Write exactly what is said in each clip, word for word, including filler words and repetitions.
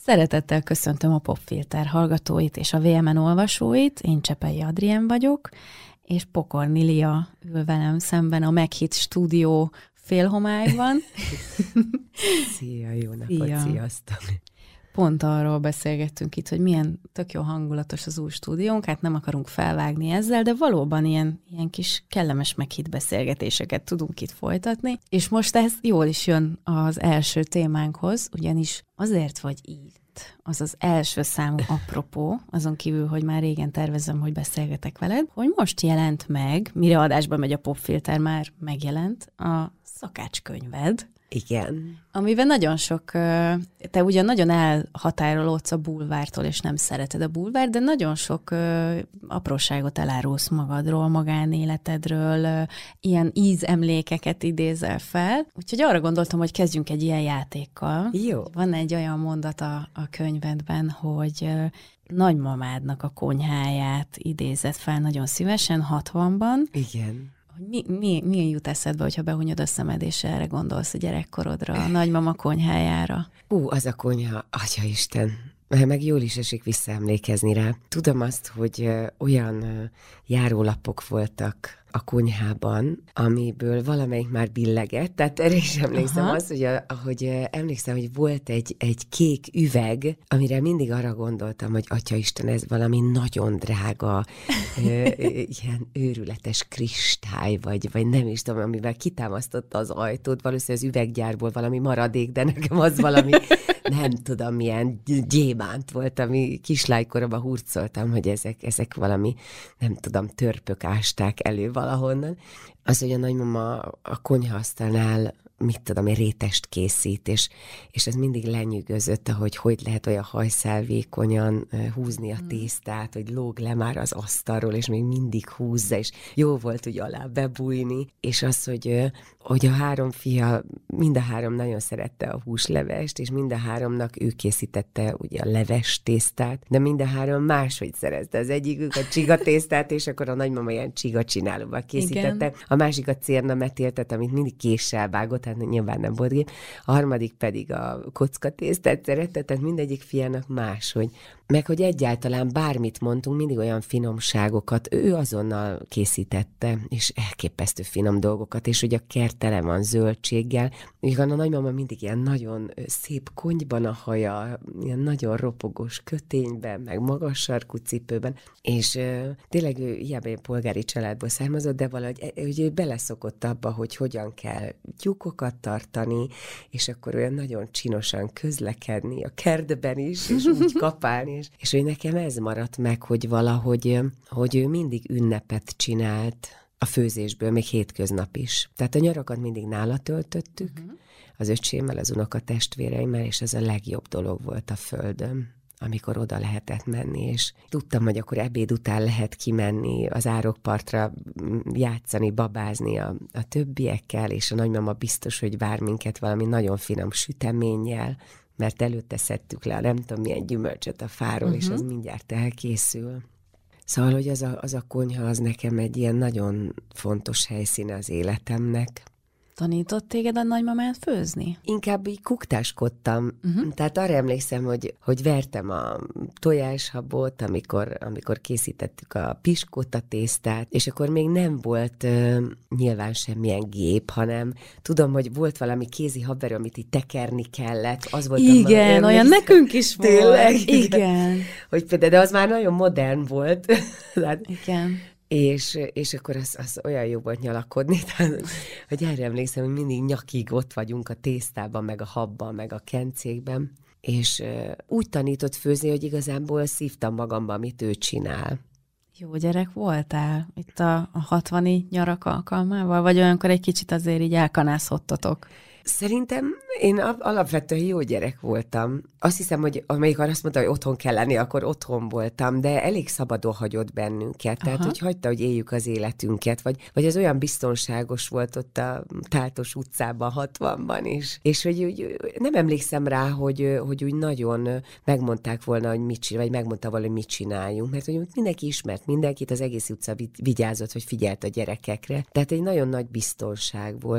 Szeretettel köszöntöm a Popfilter hallgatóit és a vé em en olvasóit, én Csepelyi Adrien vagyok, és Pokorni Lia ül velem szemben a Meghit stúdió félhomályban. Szia, jó napot, Szia. Sziasztok! Pont arról beszélgettünk itt, hogy milyen tök jó hangulatos az új stúdiónk, hát nem akarunk felvágni ezzel, de valóban ilyen, ilyen kis kellemes Meghit beszélgetéseket tudunk itt folytatni, és most ez jól is jön az első témánkhoz, ugyanis azért vagy itt, az az első számú apropó, azon kívül, hogy már régen tervezem, hogy beszélgetek veled, hogy most jelent meg, mire adásba megy a Popfilter, már megjelent a szakácskönyved. Igen. Amiben nagyon sok, te ugyan nagyon elhatárolódsz a bulvártól, és nem szereted a bulvárt, de nagyon sok apróságot elárulsz magadról, magánéletedről, ilyen ízemlékeket idézel fel. Úgyhogy arra gondoltam, hogy kezdjünk egy ilyen játékkal. Jó. Van egy olyan mondat a, a könyvedben, hogy nagymamádnak a konyháját idézett fel nagyon szívesen, hatvanban. Igen. Mi, mi, mi jut eszedbe, hogyha behunyod a szemed, és erre gondolsz a gyerekkorodra, a nagymama konyhájára? Ú, az a konyha, Atyaisten, meg jól is esik visszaemlékezni rá. Tudom azt, hogy ö, olyan ö, járólapok voltak a konyhában, amiből valamelyik már billegett, tehát erre is emlékszem. Aha. Azt, hogy, a, hogy ö, emlékszem, hogy volt egy, egy kék üveg, amire mindig arra gondoltam, hogy Atyaisten, ez valami nagyon drága, ö, ö, ilyen őrületes kristály, vagy, vagy nem is tudom, amivel kitámasztotta az ajtót, valószínűleg az üveggyárból valami maradék, de nekem az valami nem tudom, milyen gyémánt volt, ami kislájkoromban hurcoltam, hogy ezek, ezek valami, nem tudom, törpök ásták elő valahonnan. Az, hogy a nagymama a konyhaasztalnál, mit tudom, egy rétest készít, és, és ez mindig lenyűgözött, hogy hogy lehet olyan hajszálvékonyan húzni a tésztát, hogy lóg le már az asztalról, és még mindig húzza, és jó volt, hogy alá bebújni, és az, hogy, hogy a három fia, mind a három nagyon szerette a húslevest, és mind a háromnak ő készítette ugye a leves tésztát, de mind a három máshogy szerezte. Az egyikük a csiga tésztát, és akkor a nagymama ilyen csiga csinálóval készítette. Igen. A másik a cérna metéltet, amit mindig késsel vágott, tehát nyilván nem volt gép. A harmadik pedig a kockatésztát szerette, tehát mindegyik fiának máshogy. Meg hogy egyáltalán bármit mondtunk, mindig olyan finomságokat ő azonnal készítette, és elképesztő finom dolgokat, és ugye a kert tele van zöldséggel. Ugyan a nagymama mindig ilyen nagyon szép konyban a haja, ilyen nagyon ropogós kötényben, meg magas sarkú cipőben, és uh, tényleg ő hiába egy polgári családból származott, de valahogy hogy ő beleszokott abba, hogy hogyan kell tyúkokat tartani, és akkor olyan nagyon csinosan közlekedni a kertben is, és úgy kapálni, És, és hogy nekem ez maradt meg, hogy valahogy, hogy ő mindig ünnepet csinált a főzésből, még hétköznap is. Tehát a nyarakat mindig nála töltöttük, uh-huh. az öcsémmel, az unokatestvéreimmel, és ez a legjobb dolog volt a földön, amikor oda lehetett menni, és tudtam, hogy akkor ebéd után lehet kimenni az árokpartra, játszani, babázni a, a többiekkel, és a nagymama biztos, hogy vár minket valami nagyon finom süteménnyel, mert előtte szedtük le a nem tudom milyen gyümölcsöt a fáról, uh-huh. és az mindjárt elkészül. Szóval, hogy az a, az a konyha, az nekem egy ilyen nagyon fontos helyszíne az életemnek. Tanított téged a nagymamád főzni? Inkább így kuktáskodtam. Uh-huh. Tehát arra emlékszem, hogy, hogy vertem a tojáshabot, amikor, amikor készítettük a piskóta tésztát, és akkor még nem volt uh, nyilván semmilyen gép, hanem tudom, hogy volt valami kézi habverő, amit így tekerni kellett. Az volt igen, a, olyan nekünk is volt. Tényleg? Igen. Hogy például, de az már nagyon modern volt. Igen. És, és akkor az, az olyan jó volt nyalakodni, tehát, hogy erre emlékszem, hogy mindig nyakig ott vagyunk a tésztában, meg a habban, meg a kencékben, és uh, úgy tanított főzni, hogy igazából szívtam magamba, amit ő csinál. Jó gyerek voltál itt a, a hatvani nyarak alkalmával, vagy olyankor egy kicsit azért így elkanászhodtatok? Szerintem én alapvetően jó gyerek voltam. Azt hiszem, hogy amikor azt mondta, hogy otthon kell lenni, akkor otthon voltam, de elég szabadon hagyott bennünket. Tehát, Aha. hogy hagyta, hogy éljük az életünket, vagy, vagy ez olyan biztonságos volt ott a Táltos utcában, hatvanban is. És hogy úgy, nem emlékszem rá, hogy, hogy úgy nagyon megmondták volna, hogy mit csinál, vagy megmondta volna, hogy mit csináljunk, mert hogy mindenki ismert mindenkit, az egész utca vigyázott, hogy figyelt a gyerekekre. Tehát egy nagyon nagy biztonság volt.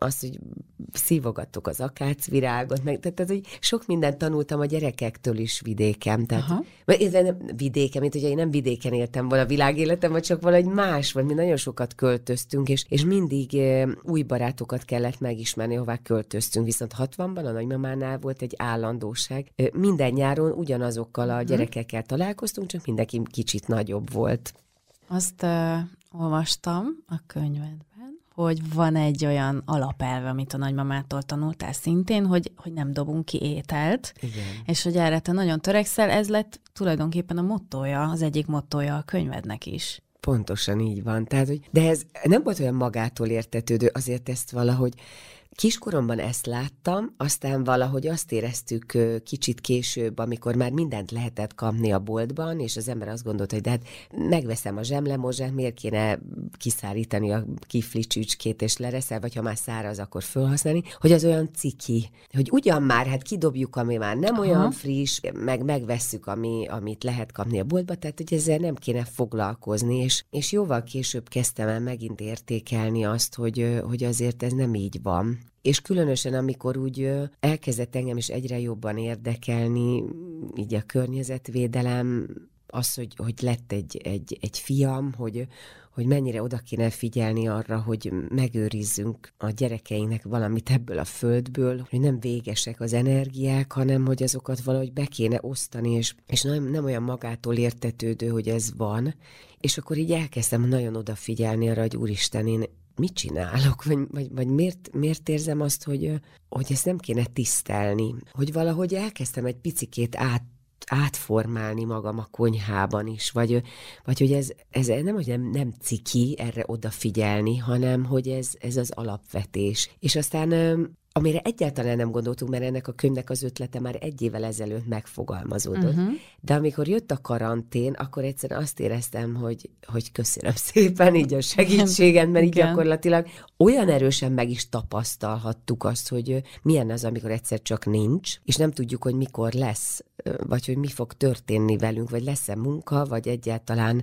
az, hogy szívogattuk az akácvirágot, meg, tehát, tehát hogy sok mindent tanultam a gyerekektől is vidéken. Tehát, nem vidéken, mint hogyha én nem vidéken éltem volna a világéletem, vagy csak valahogy más, vagy mi nagyon sokat költöztünk, és, és mindig e, új barátokat kellett megismerni, hová költöztünk. Viszont hatvanban a nagymamánál volt egy állandóság. E, minden nyáron ugyanazokkal a gyerekekkel találkoztunk, csak mindenki kicsit nagyobb volt. Azt uh, olvastam a könyvedben, hogy van egy olyan alapelve, amit a nagymamától tanultál szintén, hogy, hogy nem dobunk ki ételt, igen. És hogy erre te nagyon törekszel, ez lett tulajdonképpen a mottója, az egyik mottója a könyvednek is. Pontosan így van. Tehát, hogy, de ez nem volt olyan magától értetődő, azért ezt valahogy kiskoromban ezt láttam, aztán valahogy azt éreztük kicsit később, amikor már mindent lehetett kapni a boltban, és az ember azt gondolta, hogy de hát megveszem a zsemlemozsát, miért kéne kiszárítani a kifli csücskét, és lereszel, vagy ha már száraz, akkor felhasználni, hogy az olyan ciki, hogy ugyan már, hát kidobjuk, ami már nem Aha. olyan friss, meg megvesszük, ami, amit lehet kapni a boltba, tehát hogy ezzel nem kéne foglalkozni, és, és jóval később kezdtem el megint értékelni azt, hogy, hogy azért ez nem így van. És különösen, amikor úgy elkezdett engem is egyre jobban érdekelni, így a környezetvédelem, az, hogy, hogy lett egy, egy, egy fiam, hogy, hogy mennyire oda kéne figyelni arra, hogy megőrizzünk a gyerekeinknek valamit ebből a földből, hogy nem végesek az energiák, hanem hogy azokat valahogy be kéne osztani, és, és nem, nem olyan magától értetődő, hogy ez van. És akkor így elkezdtem nagyon odafigyelni arra, hogy úristen, én mit csinálok, vagy, vagy, vagy miért, miért érzem azt, hogy, hogy ezt nem kéne tisztelni. Hogy valahogy elkezdtem egy picikét át, átformálni magam a konyhában is, vagy, vagy hogy ez, ez nem, hogy nem, nem ciki erre odafigyelni, hanem hogy ez, ez az alapvetés. És aztán amire egyáltalán nem gondoltunk, mert ennek a könyvnek az ötlete már egy évvel ezelőtt megfogalmazódott. Uh-huh. De amikor jött a karantén, akkor egyszerűen azt éreztem, hogy, hogy köszönöm szépen így a segítséget, mert így gyakorlatilag olyan erősen meg is tapasztalhattuk azt, hogy milyen az, amikor egyszer csak nincs, és nem tudjuk, hogy mikor lesz, vagy hogy mi fog történni velünk, vagy lesz-e munka, vagy egyáltalán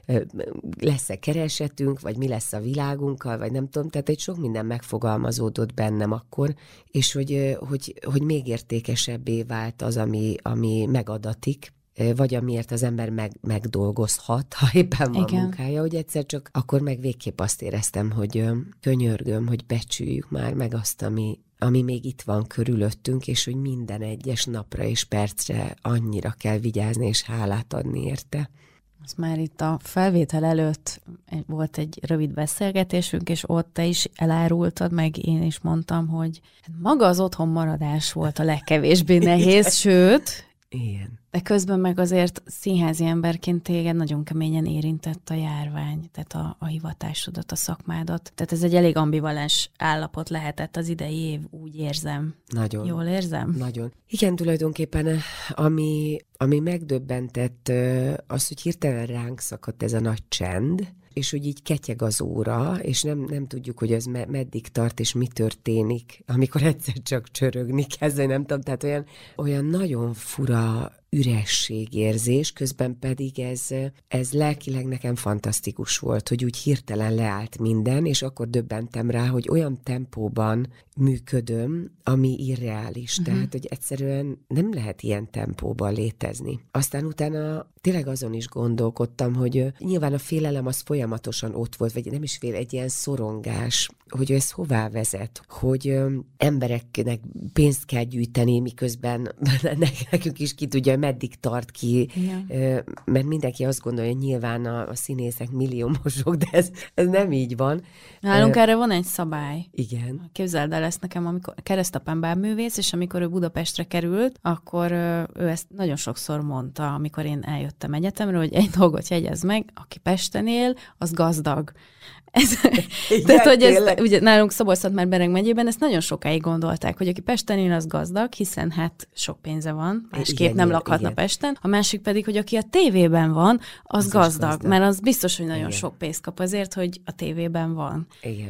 lesz-e keresetünk, vagy mi lesz a világunkkal, vagy nem tudom. Tehát egy sok minden megfogalmazódott bennem akkor, és hogy, hogy, hogy még értékesebbé vált az, ami, ami megadatik, vagy amiért az ember meg, megdolgozhat, ha éppen van Igen. munkája, hogy egyszer csak akkor meg végképp azt éreztem, hogy könyörgöm, hogy becsüljük már meg azt, ami, ami még itt van körülöttünk, és hogy minden egyes napra és percre annyira kell vigyázni és hálát adni érte. Az már itt a felvétel előtt volt egy rövid beszélgetésünk, és ott te is elárultad, meg én is mondtam, hogy maga az otthon maradás volt a legkevésbé nehéz, sőt, Igen. de közben meg azért színházi emberként téged nagyon keményen érintett a járvány, tehát a, a hivatásodat, a szakmádat. Tehát ez egy elég ambivalens állapot lehetett az idei év, úgy érzem. Nagyon. Jól érzem? Nagyon. Igen, tulajdonképpen ami, ami megdöbbentett, az, hogy hirtelen ránk szakadt ez a nagy csend, és hogy így ketyeg az óra, és nem, nem tudjuk, hogy ez me- meddig tart, és mi történik, amikor egyszer csak csörögni kezd, nem tudom, tehát olyan, olyan nagyon fura ürességérzés, közben pedig ez, ez lelkileg nekem fantasztikus volt, hogy úgy hirtelen leállt minden, és akkor döbbentem rá, hogy olyan tempóban működöm, ami irreális, uh-huh. tehát, hogy egyszerűen nem lehet ilyen tempóban létezni. Aztán utána tényleg azon is gondolkodtam, hogy nyilván a félelem az folyamatosan ott volt, vagy nem is fél, egy ilyen szorongás, hogy ez hová vezet, hogy ö, embereknek pénzt kell gyűjteni, miközben nekünk is ki tudja, meddig tart ki, ja. ö, mert mindenki azt gondolja, hogy nyilván a, a színészek milliómosok, de ez, ez nem így van. Nálunk ö, erre van egy szabály. Igen. Képzeld el ezt nekem, amikor keresztapám bábművész, és amikor ő Budapestre került, akkor ö, ő ezt nagyon sokszor mondta, amikor én eljöttem egyetemről, hogy egy dolgot jegyez meg, aki Pesten él, az gazdag. Ez, igen, tehát, hogy ez, ugye nálunk Szabolcs-Szatmár-Bereg megyében ezt nagyon sokáig gondolták, hogy aki Pesten él, az gazdag, hiszen hát sok pénze van, másképp igen, nem lakhatna igen. Pesten. A másik pedig, hogy aki a tévében van, az, az gazdag, gazdag, mert az biztos, hogy nagyon igen. sok pénzt kap azért, hogy a tévében van. Igen.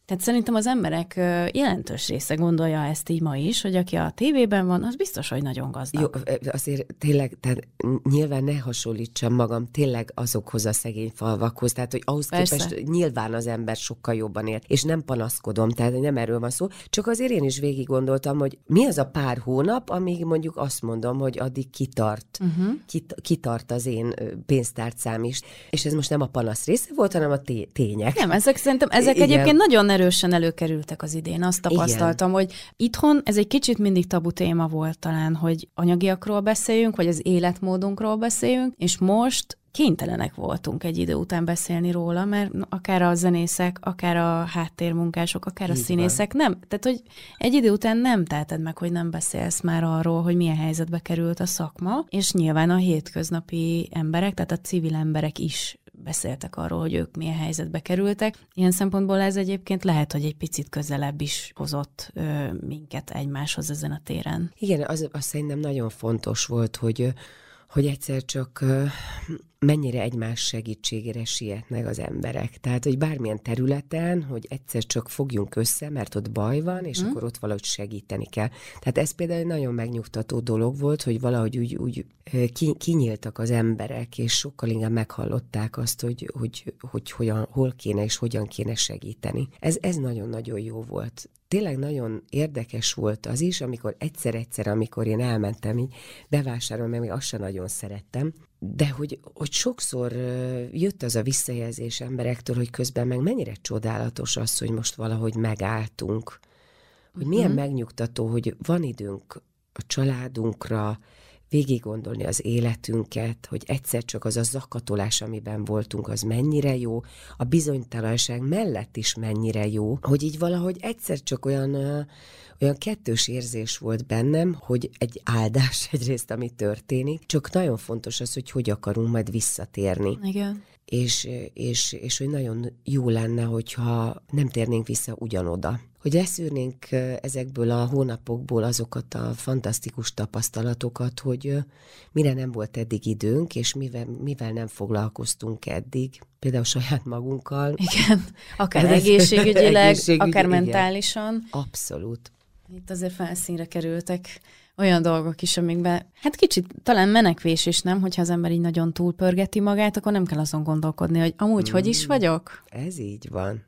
Tehát szerintem az emberek jelentős része gondolja ezt így ma is, hogy aki a tévében van, az biztos, hogy nagyon gazdag. Jó, azért tényleg, tehát nyilván ne hasonlítsam magam tényleg azokhoz a szegény falvakhoz, tehát hogy ahhoz Persze. képest nyilván az ember sokkal jobban él, és nem panaszkodom, tehát nem erről van szó, csak azért én is végig gondoltam, hogy mi az a pár hónap, amíg mondjuk azt mondom, hogy addig kitart, uh-huh. kit, kitart az én pénztárcám is. És ez most nem a panasz része volt, hanem a té- tények. Nem, ezek szerintem, ezek Igen. egyébként nagyon erősen előkerültek az idén. Azt tapasztaltam, Igen. hogy itthon ez egy kicsit mindig tabu téma volt talán, hogy anyagiakról beszéljünk, vagy az életmódunkról beszéljünk, és most kénytelenek voltunk egy idő után beszélni róla, mert akár a zenészek, akár a háttérmunkások, akár a Így színészek van. nem. Tehát, hogy egy idő után nem teheted meg, hogy nem beszélsz már arról, hogy milyen helyzetbe került a szakma, és nyilván a hétköznapi emberek, tehát a civil emberek is beszéltek arról, hogy ők milyen helyzetbe kerültek. Ilyen szempontból ez egyébként lehet, hogy egy picit közelebb is hozott ö, minket egymáshoz ezen a téren. Igen, az, az szerintem nagyon fontos volt, hogy hogy egyszer csak mennyire egymás segítségére sietnek az emberek. Tehát, hogy bármilyen területen, hogy egyszer csak fogjunk össze, mert ott baj van, és hmm. akkor ott valahogy segíteni kell. Tehát ez például egy nagyon megnyugtató dolog volt, hogy valahogy úgy, úgy kinyíltak az emberek, és sokkal inkább meghallották azt, hogy, hogy, hogy hogyan, hol kéne és hogyan kéne segíteni. Ez, ez nagyon-nagyon jó volt. Tényleg nagyon érdekes volt az is, amikor egyszer-egyszer, amikor én elmentem így bevásárolni, mert még azt sem nagyon szerettem, de hogy, hogy sokszor jött az a visszajelzés emberektől, hogy közben meg mennyire csodálatos az, hogy most valahogy megálltunk. Hogy milyen uh-huh. megnyugtató, hogy van időnk a családunkra, végig gondolni az életünket, hogy egyszer csak az a zakatolás, amiben voltunk, az mennyire jó, a bizonytalanság mellett is mennyire jó, hogy így valahogy egyszer csak olyan, olyan kettős érzés volt bennem, hogy egy áldás egyrészt, ami történik, csak nagyon fontos az, hogy hogy akarunk majd visszatérni. Igen. És, és, és hogy nagyon jó lenne, hogyha nem térnénk vissza ugyanoda. Hogy leszűrnénk ezekből a hónapokból azokat a fantasztikus tapasztalatokat, hogy mire nem volt eddig időnk, és mivel, mivel nem foglalkoztunk eddig, például saját magunkkal. Igen, akár egészségügyileg, egészségügy, akár igen. mentálisan. Abszolút. Itt azért felszínre kerültek olyan dolgok is, amikben, hát kicsit talán menekvés is, nem? Hogyha az ember így nagyon túlpörgeti magát, akkor nem kell azon gondolkodni, hogy amúgy hmm. hogy is vagyok? Ez így van.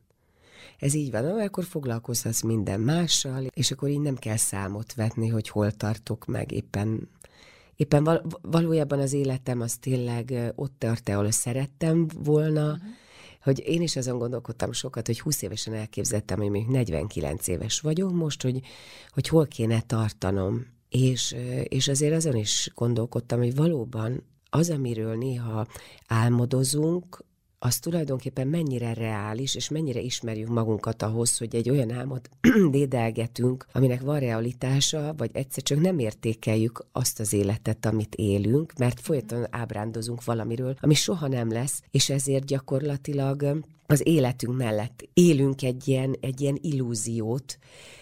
Ez így van, akkor foglalkozhatsz minden mással, és akkor így nem kell számot vetni, hogy hol tartok meg éppen. Éppen val- valójában az életem az tényleg ott tart, ahol szerettem volna, uh-huh. hogy én is azon gondolkodtam sokat, hogy húsz évesen elképzeltem, hogy még negyvenkilenc éves vagyok most, hogy, hogy hol kéne tartanom. És, és azért azon is gondolkodtam, hogy valóban az, amiről néha álmodozunk, az tulajdonképpen mennyire reális, és mennyire ismerjük magunkat ahhoz, hogy egy olyan álmot dédelgetünk, aminek van realitása, vagy egyszer csak nem értékeljük azt az életet, amit élünk, mert folyton ábrándozunk valamiről, ami soha nem lesz, és ezért gyakorlatilag az életünk mellett élünk egy ilyen, egy ilyen illúziót,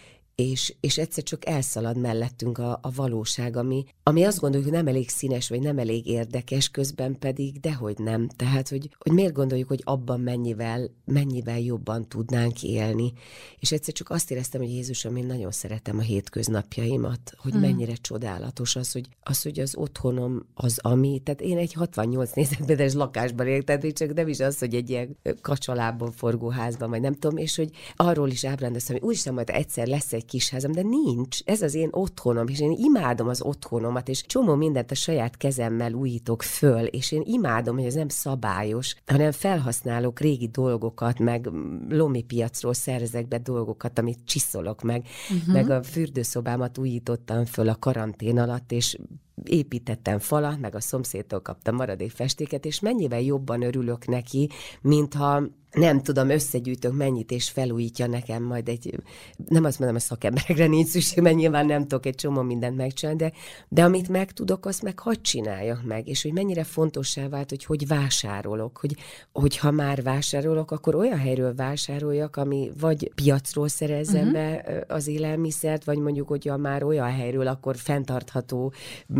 És, és egyszer csak elszalad mellettünk a, a valóság, ami, ami azt gondoljuk, hogy nem elég színes, vagy nem elég érdekes, közben pedig dehogy nem. Tehát, hogy, hogy miért gondoljuk, hogy abban mennyivel, mennyivel jobban tudnánk élni. És egyszer csak azt éreztem, hogy Jézusom, én nagyon szeretem a hétköznapjaimat, hogy hmm. mennyire csodálatos az, hogy az, hogy az otthonom az, ami, tehát én egy hatvannyolc négyzetméteres lakásban élek, tehát csak nem is az, hogy egy ilyen kacsalábban forgó házban, vagy nem tudom, és hogy arról is ábrándoztam, hogy úgyis majd egyszer lesz egy kis házam, de nincs. Ez az én otthonom, és én imádom az otthonomat, és csomó mindent a saját kezemmel újítok föl, és én imádom, hogy ez nem szabályos, hanem felhasználok régi dolgokat, meg lomi piacról szerzek be dolgokat, amit csiszolok meg, uh-huh. meg a fürdőszobámat újítottam föl a karantén alatt, és építettem falat, meg a szomszédtól kaptam maradék festéket, és mennyivel jobban örülök neki, mintha nem tudom, összegyűjtök mennyit, és felújítja nekem majd egy, nem azt mondom, a szakemberekre nincs szükség, mert nyilván nem tudok egy csomó mindent megcsinálni, de, de amit meg tudok, azt meg hadd csináljak meg, és hogy mennyire fontossá vált, hogy hogy vásárolok, hogy, hogy ha már vásárolok, akkor olyan helyről vásároljak, ami vagy piacról szerezzem uh-huh. be az élelmiszert, vagy mondjuk, hogyha már olyan helyről, akkor fenntartható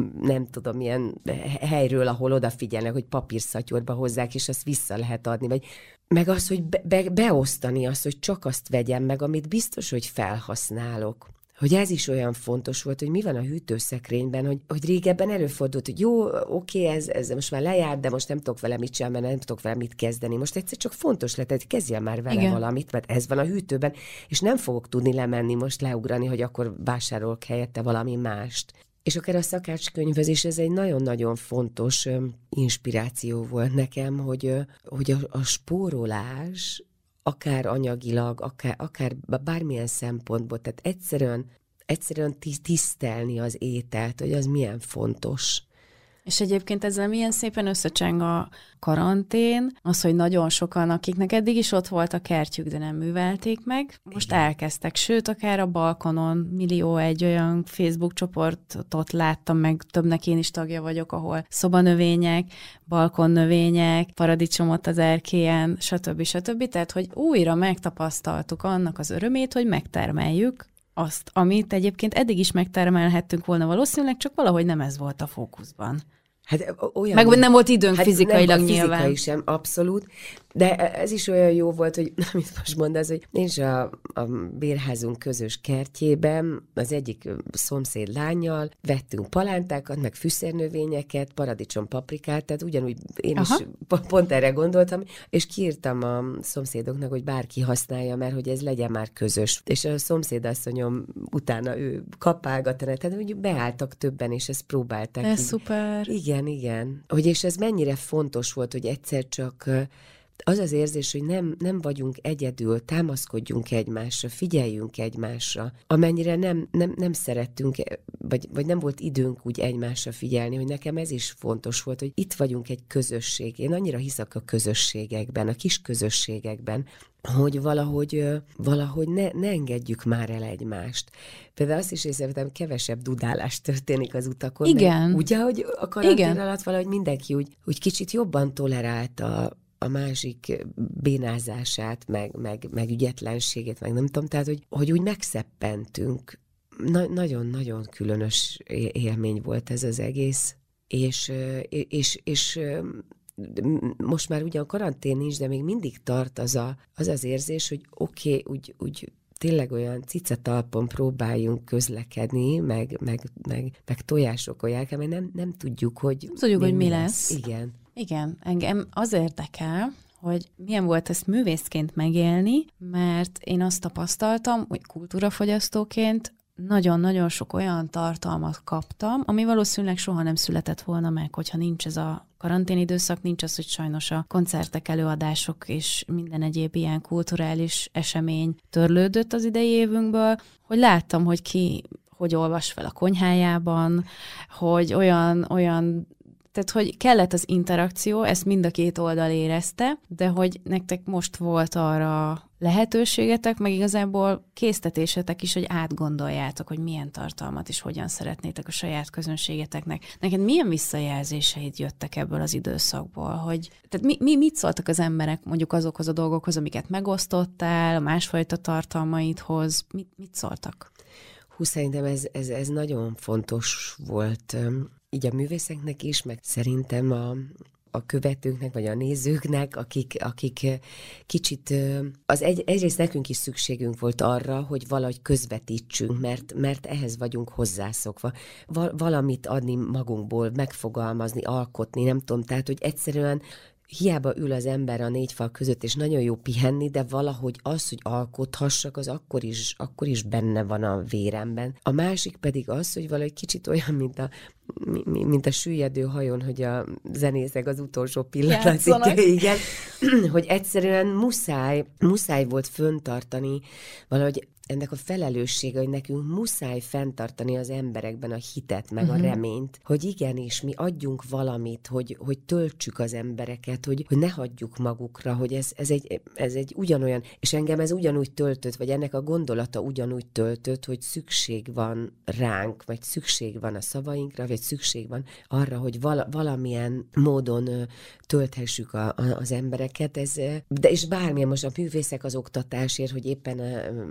nem tudom, milyen helyről, ahol odafigyelnek, hogy papírszatyorba hozzák, és azt vissza lehet adni, vagy meg az, hogy be, be, beosztani azt, hogy csak azt vegyem meg, amit biztos, hogy felhasználok. Hogy ez is olyan fontos volt, hogy mi van a hűtőszekrényben, hogy, hogy régebben előfordult, hogy jó, oké, ez, ez most már lejárt, de most nem tudok vele mit csinálni, mert nem tudok vele mit kezdeni. Most egyszer csak fontos lett, hogy kezdjél már vele Igen. valamit, mert ez van a hűtőben, és nem fogok tudni lemenni, most leugrani, hogy akkor vásárolok helyette valami mást. És akár a szakácskönyvezés, ez egy nagyon-nagyon fontos um, inspiráció volt nekem, hogy, uh, hogy a, a spórolás, akár anyagilag, akár, akár bármilyen szempontból, tehát egyszerűen, egyszerűen tisztelni az ételt, hogy az milyen fontos. És egyébként ezzel milyen szépen összecseng a karantén, az, hogy nagyon sokan, akiknek eddig is ott volt a kertjük, de nem művelték meg, most Igen. elkezdtek. Sőt, akár a balkonon millió egy olyan Facebook csoportot láttam meg, többnek én is tagja vagyok, ahol szobanövények, balkonnövények, paradicsomot az erkélyen, stb. stb. Tehát, hogy újra megtapasztaltuk annak az örömét, hogy megtermeljük azt, amit egyébként eddig is megtermelhettünk volna valószínűleg, csak valahogy nem ez volt a fókuszban. Hát olyan, meg nem volt időnk hát fizikailag nem, nyilván. Fizikai sem, abszolút. De ez is olyan jó volt, hogy amit most mondasz, hogy én is a, a bérházunk közös kertjében az egyik szomszéd lánnyal vettünk palántákat, meg fűszernövényeket, paradicsom, paprikát, tehát ugyanúgy én Aha. is pont erre gondoltam, és kiírtam a szomszédoknak, hogy bárki használja, mert hogy ez legyen már közös. És a szomszédasszonyom utána ő kapálgatta, tehát hogy beálltak többen, és ezt próbálták. Ez így. Szuper. Igen, igen. Hogy és ez mennyire fontos volt, hogy egyszer csak az az érzés, hogy nem, nem vagyunk egyedül, támaszkodjunk egymásra, figyeljünk egymásra, amennyire nem, nem, nem szerettünk, vagy, vagy nem volt időnk úgy egymásra figyelni, hogy nekem ez is fontos volt, hogy itt vagyunk egy közösség. Én annyira hiszek a közösségekben, a kis közösségekben, hogy valahogy, valahogy ne, ne engedjük már el egymást. Például azt is észrevettem, kevesebb dudálás történik az utakon. Igen. Ugye, hogy a karantén alatt valahogy mindenki úgy, úgy kicsit jobban tolerálta a másik bénázását, meg, meg, meg ügyetlenségét, meg nem tudom, tehát, hogy, hogy úgy megszeppentünk. Na, nagyon-nagyon különös élmény volt ez az egész, és, és, és most már ugyan karantén nincs, de még mindig tart az a, az, az érzés, hogy oké, okay, úgy, úgy tényleg olyan cicatalpon próbáljunk közlekedni, meg, meg, meg, meg tojások olják, mert nem, nem tudjuk, hogy nem tudjuk, hogy mi lesz. lesz. Igen. Igen, engem az érdekel, hogy milyen volt ezt művészként megélni, mert én azt tapasztaltam, hogy kultúrafogyasztóként nagyon-nagyon sok olyan tartalmat kaptam, ami valószínűleg soha nem született volna meg, hogyha nincs ez a karanténidőszak, nincs az, hogy sajnos a koncertek, előadások és minden egyéb ilyen kulturális esemény törlődött az idei évünkből, hogy láttam, hogy ki hogy olvas fel a konyhájában, hogy olyan, olyan tehát, hogy kellett az interakció, ezt mind a két oldal érezte, de hogy nektek most volt arra lehetőségetek, meg igazából késztetésetek is, hogy átgondoljátok, hogy milyen tartalmat és hogyan szeretnétek a saját közönségeteknek. Neked milyen visszajelzéseid jöttek ebből az időszakból? Hogy, tehát mi, mi, mit szóltak az emberek mondjuk azokhoz a dolgokhoz, amiket megosztottál, a másfajta tartalmaidhoz? Mit, mit szóltak? Hú, szerintem ez, ez, ez nagyon fontos volt így a művészeknek is, meg szerintem a, a követőknek, vagy a nézőknek, akik, akik kicsit, az egy, egyrészt nekünk is szükségünk volt arra, hogy valahogy közvetítsünk, mert, mert ehhez vagyunk hozzászokva. Val, valamit adni magunkból, megfogalmazni, alkotni, nem tudom, tehát, hogy egyszerűen hiába ül az ember a négy fal között, és nagyon jó pihenni, de valahogy az, hogy alkothassak, az akkor is, akkor is benne van a véremben. A másik pedig az, hogy valahogy kicsit olyan, mint a, mint a süllyedő hajón, hogy a zenészek az utolsó pillanatig, igen, hogy egyszerűen muszáj, muszáj volt föntartani valahogy ennek a felelőssége, hogy nekünk muszáj fenntartani az emberekben a hitet, meg uh-huh. a reményt, hogy igenis, mi adjunk valamit, hogy, hogy töltsük az embereket, hogy, hogy ne hagyjuk magukra, hogy ez, ez, egy, ez egy ugyanolyan, és engem ez ugyanúgy töltött, vagy ennek a gondolata ugyanúgy töltött, hogy szükség van ránk, vagy szükség van a szavainkra, vagy szükség van arra, hogy vala, valamilyen módon tölthessük a, a, az embereket, ez, de és bármilyen most a művészek az oktatásért, hogy éppen a, a gyerek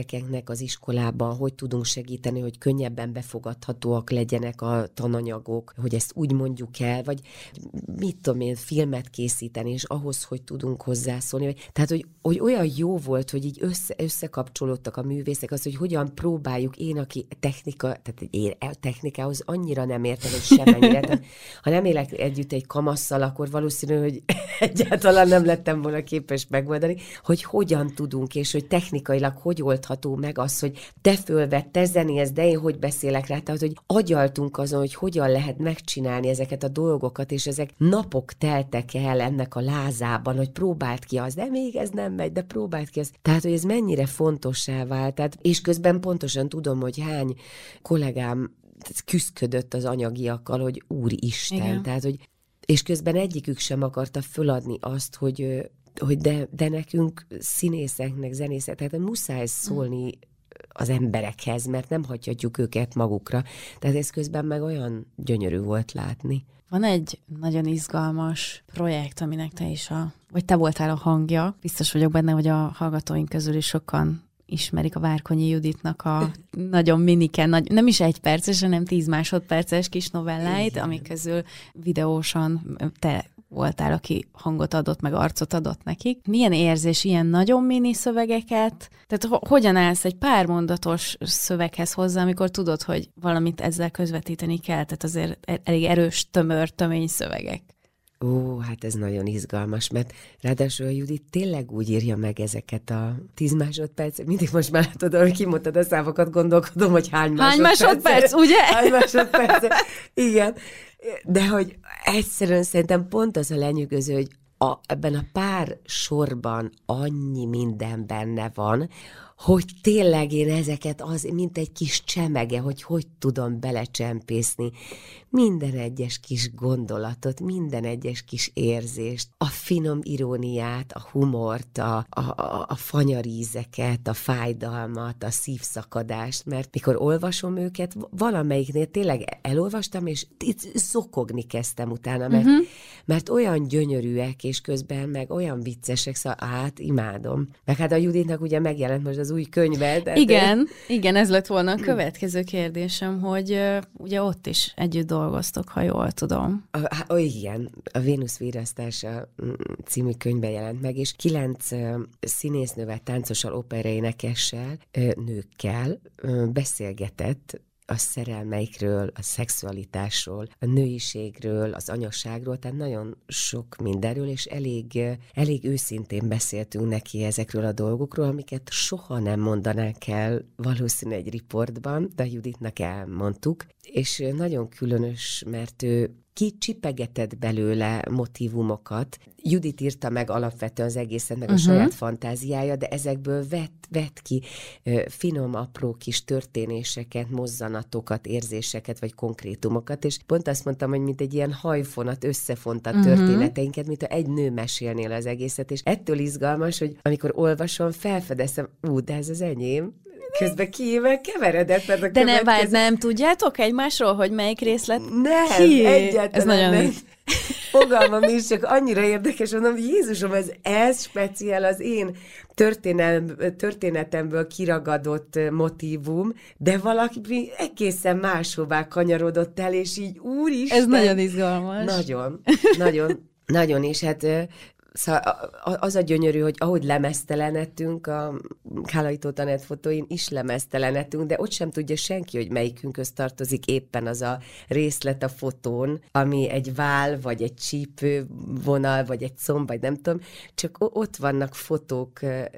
gyerekeknek az iskolában hogy tudunk segíteni, hogy könnyebben befogadhatóak legyenek a tananyagok, hogy ezt úgy mondjuk el, vagy mit tudom én, filmet készíteni, és ahhoz, hogy tudunk hozzászólni. Tehát, hogy, hogy olyan jó volt, hogy így össze, összekapcsolódtak a művészek, az, hogy hogyan próbáljuk, én, aki technika, tehát én technikához annyira nem értek, hogy semennyire. Tehát, ha nem élek együtt egy kamasszal, akkor valószínű, hogy egyáltalán nem lettem volna képes megoldani, hogy hogyan tudunk, és hogy technikailag hogy oldható meg az, hogy te fölvett, te zenész, de én hogy beszélek rá, tehát, hogy agyaltunk azon, hogy hogyan lehet megcsinálni ezeket a dolgokat, és ezek napok teltek el ennek a lázában, hogy próbáld ki az, de még ez nem megy, de próbáld ki az. Tehát, hogy ez mennyire fontossá vált, tehát, és közben pontosan tudom, hogy hány kollégám küszködött az anyagiakkal, hogy Úristen, igen. Tehát, hogy és közben egyikük sem akarta föladni azt, hogy, hogy de, de nekünk színészeknek, zenészeknek, tehát muszáj szólni az emberekhez, mert nem hagyhatjuk őket magukra. Tehát ez közben meg olyan gyönyörű volt látni. Van egy nagyon izgalmas projekt, aminek te is a, vagy te voltál a hangja. Biztos vagyok benne, hogy a hallgatóink közül is sokan ismerik a Várkonyi Juditnak a nagyon miniken, nagy, nem is egy perces, hanem tíz másodperces kis novelláit, amik közül videósan te voltál, aki hangot adott, meg arcot adott nekik. Milyen érzés ilyen nagyon mini szövegeket? Tehát ho- hogyan állsz egy pár mondatos szöveghez hozzá, amikor tudod, hogy valamit ezzel közvetíteni kell? Tehát azért elég erős, tömör, tömény szövegek. Ó, hát ez nagyon izgalmas, mert ráadásul a Judit tényleg úgy írja meg ezeket a tíz másodperc, mindig most már látod, hogy kimondtad a számokat, gondolkodom, hogy hány másodperc. Hány másodperc, ugye? Hány másodperc, igen. De hogy egyszerűen szerintem pont az a lenyűgöző, hogy a, ebben a pár sorban annyi minden benne van, hogy tényleg én ezeket az, mint egy kis csemege, hogy hogy tudom belecsempészni minden egyes kis gondolatot, minden egyes kis érzést, a finom iróniát, a humort, a, a, a, a fanyarízeket, a fájdalmat, a szívszakadást, mert mikor olvasom őket, valamelyiknél tényleg elolvastam, és zokogni kezdtem utána, mert, uh-huh. mert olyan gyönyörűek, és közben meg olyan viccesek, szóval át imádom. Meg hát a Juditnak ugye megjelent most az új könyve. De igen, de... igen, ez lett volna a következő kérdésem, hogy uh, ugye ott is együtt dolgoztok, ha jól tudom. A, a, igen, a Vénusz virasztása című könyvbe jelent meg, és kilenc uh, színésznővel, táncossal, operaénekessel, uh, nőkkel uh, beszélgetett a szerelmeikről, a szexualitásról, a nőiségről, az anyaságról, tehát nagyon sok mindenről, és elég, elég őszintén beszéltünk neki ezekről a dolgokról, amiket soha nem mondanánk el valószínűleg egy riportban, de a Juditnak elmondtuk, és nagyon különös, mert ő kicsipegetett belőle motívumokat. Judit írta meg alapvetően az egészet, meg a uh-huh. saját fantáziája, de ezekből vett, vett ki ö, finom, apró kis történéseket, mozzanatokat, érzéseket, vagy konkrétumokat, és pont azt mondtam, hogy mint egy ilyen hajfonat összefont a uh-huh. történeteinket, mint ha egy nő mesélnél az egészet, és ettől izgalmas, hogy amikor olvasom, felfedeztem, ú, de ez az enyém, közben kiével keveredett, mert a De következő... nem, várj, nem tudjátok egymásról, hogy melyik részlet? Nem, ki? egyáltalán Ez nagyon nem. Fogalmam is, csak annyira érdekes, mondom, Jézusom, ez, ez speciál az én történelm, történetemből kiragadott motívum, de valaki egészen máshová kanyarodott el, és így úristen. Ez nagyon izgalmas. Nagyon, nagyon, nagyon, és hát... Szóval az a gyönyörű, hogy ahogy lemeztelenedtünk, a Kálai Tóth Anett fotóin is lemeztelenedtünk, de ott sem tudja senki, hogy melyikünkhöz tartozik éppen az a részlet a fotón, ami egy vál, vagy egy csípővonal, vagy egy comb, vagy nem tudom, csak ott vannak fotók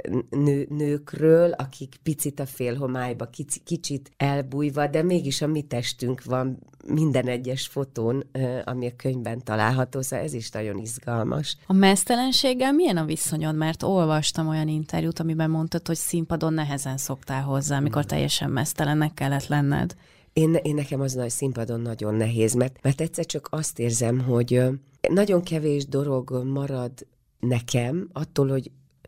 nő, nőkről, akik picit a félhomályba, kicsit elbújva, de mégis a mi testünk van minden egyes fotón, ami a könyvben található, szóval ez is nagyon izgalmas. A meztelenséggel milyen a viszonyod? Mert olvastam olyan interjút, amiben mondtad, hogy színpadon nehezen szoktál hozzá, amikor teljesen meztelennek kellett lenned. Én, én nekem az nagy színpadon nagyon nehéz, mert, mert egyszer csak azt érzem, hogy nagyon kevés dolog marad nekem attól, hogy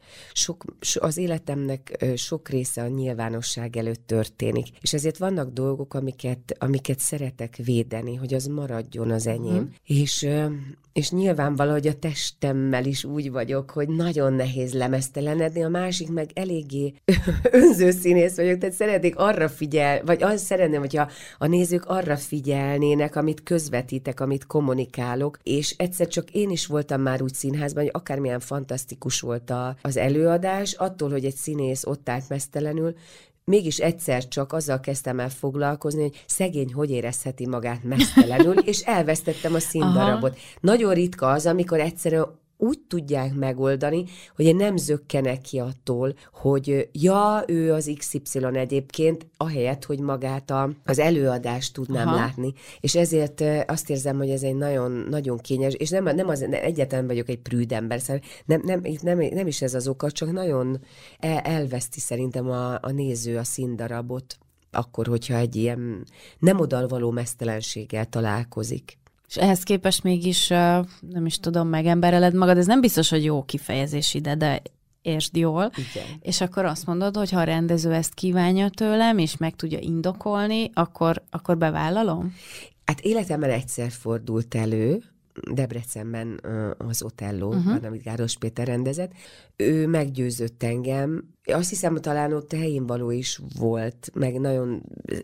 sok, az életemnek sok része a nyilvánosság előtt történik, és ezért vannak dolgok, amiket, amiket szeretek védeni, hogy az maradjon az enyém. Uh-huh. És, és nyilván valahogy a testemmel is úgy vagyok, hogy nagyon nehéz lemeztelenedni, a másik meg eléggé önző színész vagyok, tehát szeretnék arra figyelni, vagy azt szeretném, hogyha a nézők arra figyelnének, amit közvetítek, amit kommunikálok, és egyszer csak én is voltam már úgy színházban, hogy akármilyen fantasztikus volt a, az előadás, attól, hogy egy színész ott állt meztelenül, mégis egyszer csak azzal kezdtem el foglalkozni, hogy szegény hogy érezheti magát meztelenül, és elvesztettem a színdarabot. Aha. Nagyon ritka az, amikor egyszerűen úgy tudják megoldani, hogy én nem zökkenek ki attól, hogy ja, ő az iksz ipszilon egyébként, ahelyett, hogy magát a, az előadást tudnám Aha. látni. És ezért azt érzem, hogy ez egy nagyon, nagyon kényes, és nem, nem az, egyáltalán vagyok egy prűd ember, szóval nem, nem, nem, nem is ez az oka, csak nagyon el, elveszti szerintem a, a néző a színdarabot, akkor, hogyha egy ilyen nem odalvaló meztelenséggel találkozik. És ehhez képest mégis, nem is tudom, megembereled magad, ez nem biztos, hogy jó kifejezés ide, de értsd jól. Igen. És akkor azt mondod, hogy ha a rendező ezt kívánja tőlem, és meg tudja indokolni, akkor, akkor bevállalom? Hát életemben egyszer fordult elő, Debrecenben az Otello, uh-huh. amit Gáros Péter rendezett. Ő meggyőzött engem. Azt hiszem, hogy talán ott helyén való is volt, meg nagyon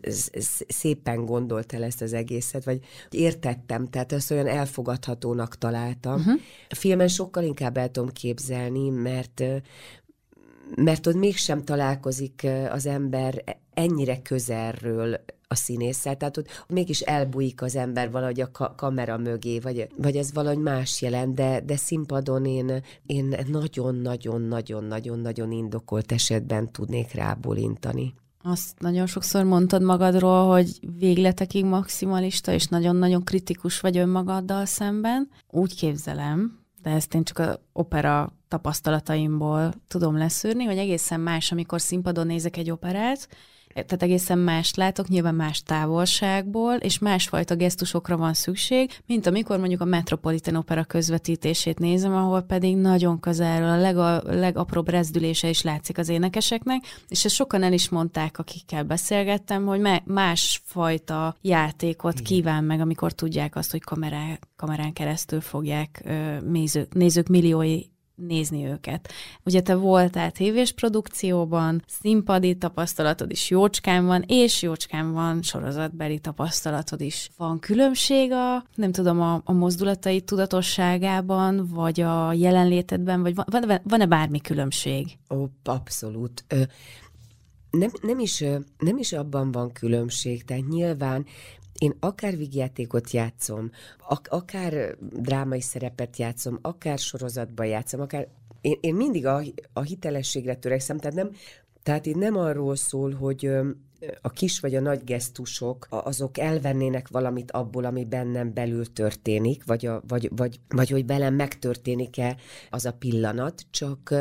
szépen gondolt el ezt az egészet, vagy értettem, tehát azt olyan elfogadhatónak találtam. Uh-huh. A filmen sokkal inkább el tudom képzelni, mert mert ott mégsem találkozik az ember ennyire közelről a színésszel, tehát ott mégis elbújik az ember valahogy a ka- kamera mögé, vagy, vagy ez valahogy más jelent, de, de színpadon én, én nagyon-nagyon-nagyon-nagyon-nagyon indokolt esetben tudnék rábólintani. Azt nagyon sokszor mondtad magadról, hogy végletekig maximalista, és nagyon-nagyon kritikus vagy önmagaddal szemben. Úgy képzelem, de ezt én csak az opera tapasztalataimból tudom leszűrni, hogy egészen más, amikor színpadon nézek egy operát, tehát egészen mást látok, nyilván más távolságból, és másfajta gesztusokra van szükség, mint amikor mondjuk a Metropolitan Opera közvetítését nézem, ahol pedig nagyon közelről a lega, legapróbb rezdülése is látszik az énekeseknek, és ezt sokan el is mondták, akikkel beszélgettem, hogy másfajta játékot Igen. kíván meg, amikor tudják azt, hogy kamerá, kamerán keresztül fogják ö, nézők, nézők milliói nézni őket. Ugye te voltál tévés produkcióban, színpadi tapasztalatod is jócskán van, és jócskán van sorozatbeli tapasztalatod is. Van különbség a, nem tudom, a, a mozdulatai tudatosságában, vagy a jelenlétedben, vagy van, van, van-e bármi különbség? Ó, abszolút. Ö, nem, nem, is, nem is abban van különbség, tehát nyilván én akár vígjátékot játszom, ak- akár drámai szerepet játszom, akár sorozatban játszom, akár... Én, én mindig a, a hitelességre törekszem, tehát, nem, tehát itt nem arról szól, hogy a kis vagy a nagy gesztusok, azok elvennének valamit abból, ami bennem belül történik, vagy, a, vagy, vagy, vagy hogy velem megtörténik-e az a pillanat, csak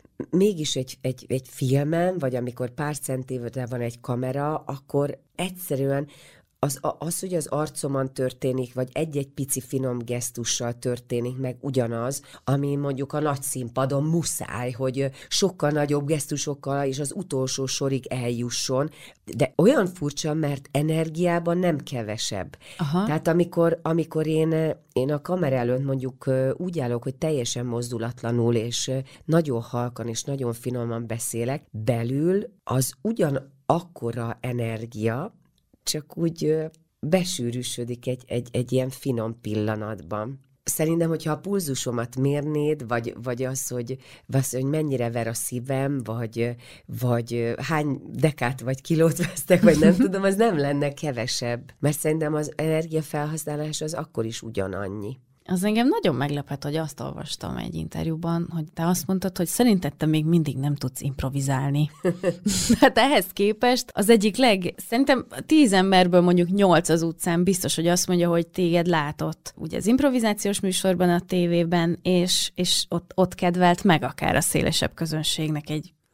mégis egy, egy, egy filmen, vagy amikor pár centiméterre van egy kamera, akkor egyszerűen Az, az, hogy az arcomon történik, vagy egy-egy pici finom gesztussal történik meg ugyanaz, ami mondjuk a nagy színpadon muszáj, hogy sokkal nagyobb gesztusokkal és az utolsó sorig eljusson, de olyan furcsa, mert energiában nem kevesebb. Aha. Tehát amikor, amikor én, én a kamera előtt mondjuk úgy állok, hogy teljesen mozdulatlanul, és nagyon halkan és nagyon finoman beszélek, belül az ugyan akkora energia, csak úgy besűrűsödik egy, egy, egy ilyen finom pillanatban. Szerintem, hogyha a pulzusomat mérnéd, vagy, vagy az, hogy, az, hogy mennyire ver a szívem, vagy, vagy hány dekát vagy kilót vesztek, vagy nem tudom, az nem lenne kevesebb. Mert szerintem az energiafelhasználás az akkor is ugyanannyi. Az engem nagyon meglepett, hogy azt olvastam egy interjúban, hogy te azt mondtad, hogy szerinted te még mindig nem tudsz improvizálni. Hát ehhez képest az egyik leg... Szerintem tíz emberből mondjuk nyolc az utcán biztos, hogy azt mondja, hogy téged látott. Ugye az improvizációs műsorban, a tévében, és, és ott, ott kedvelt meg akár a szélesebb közönségnek egy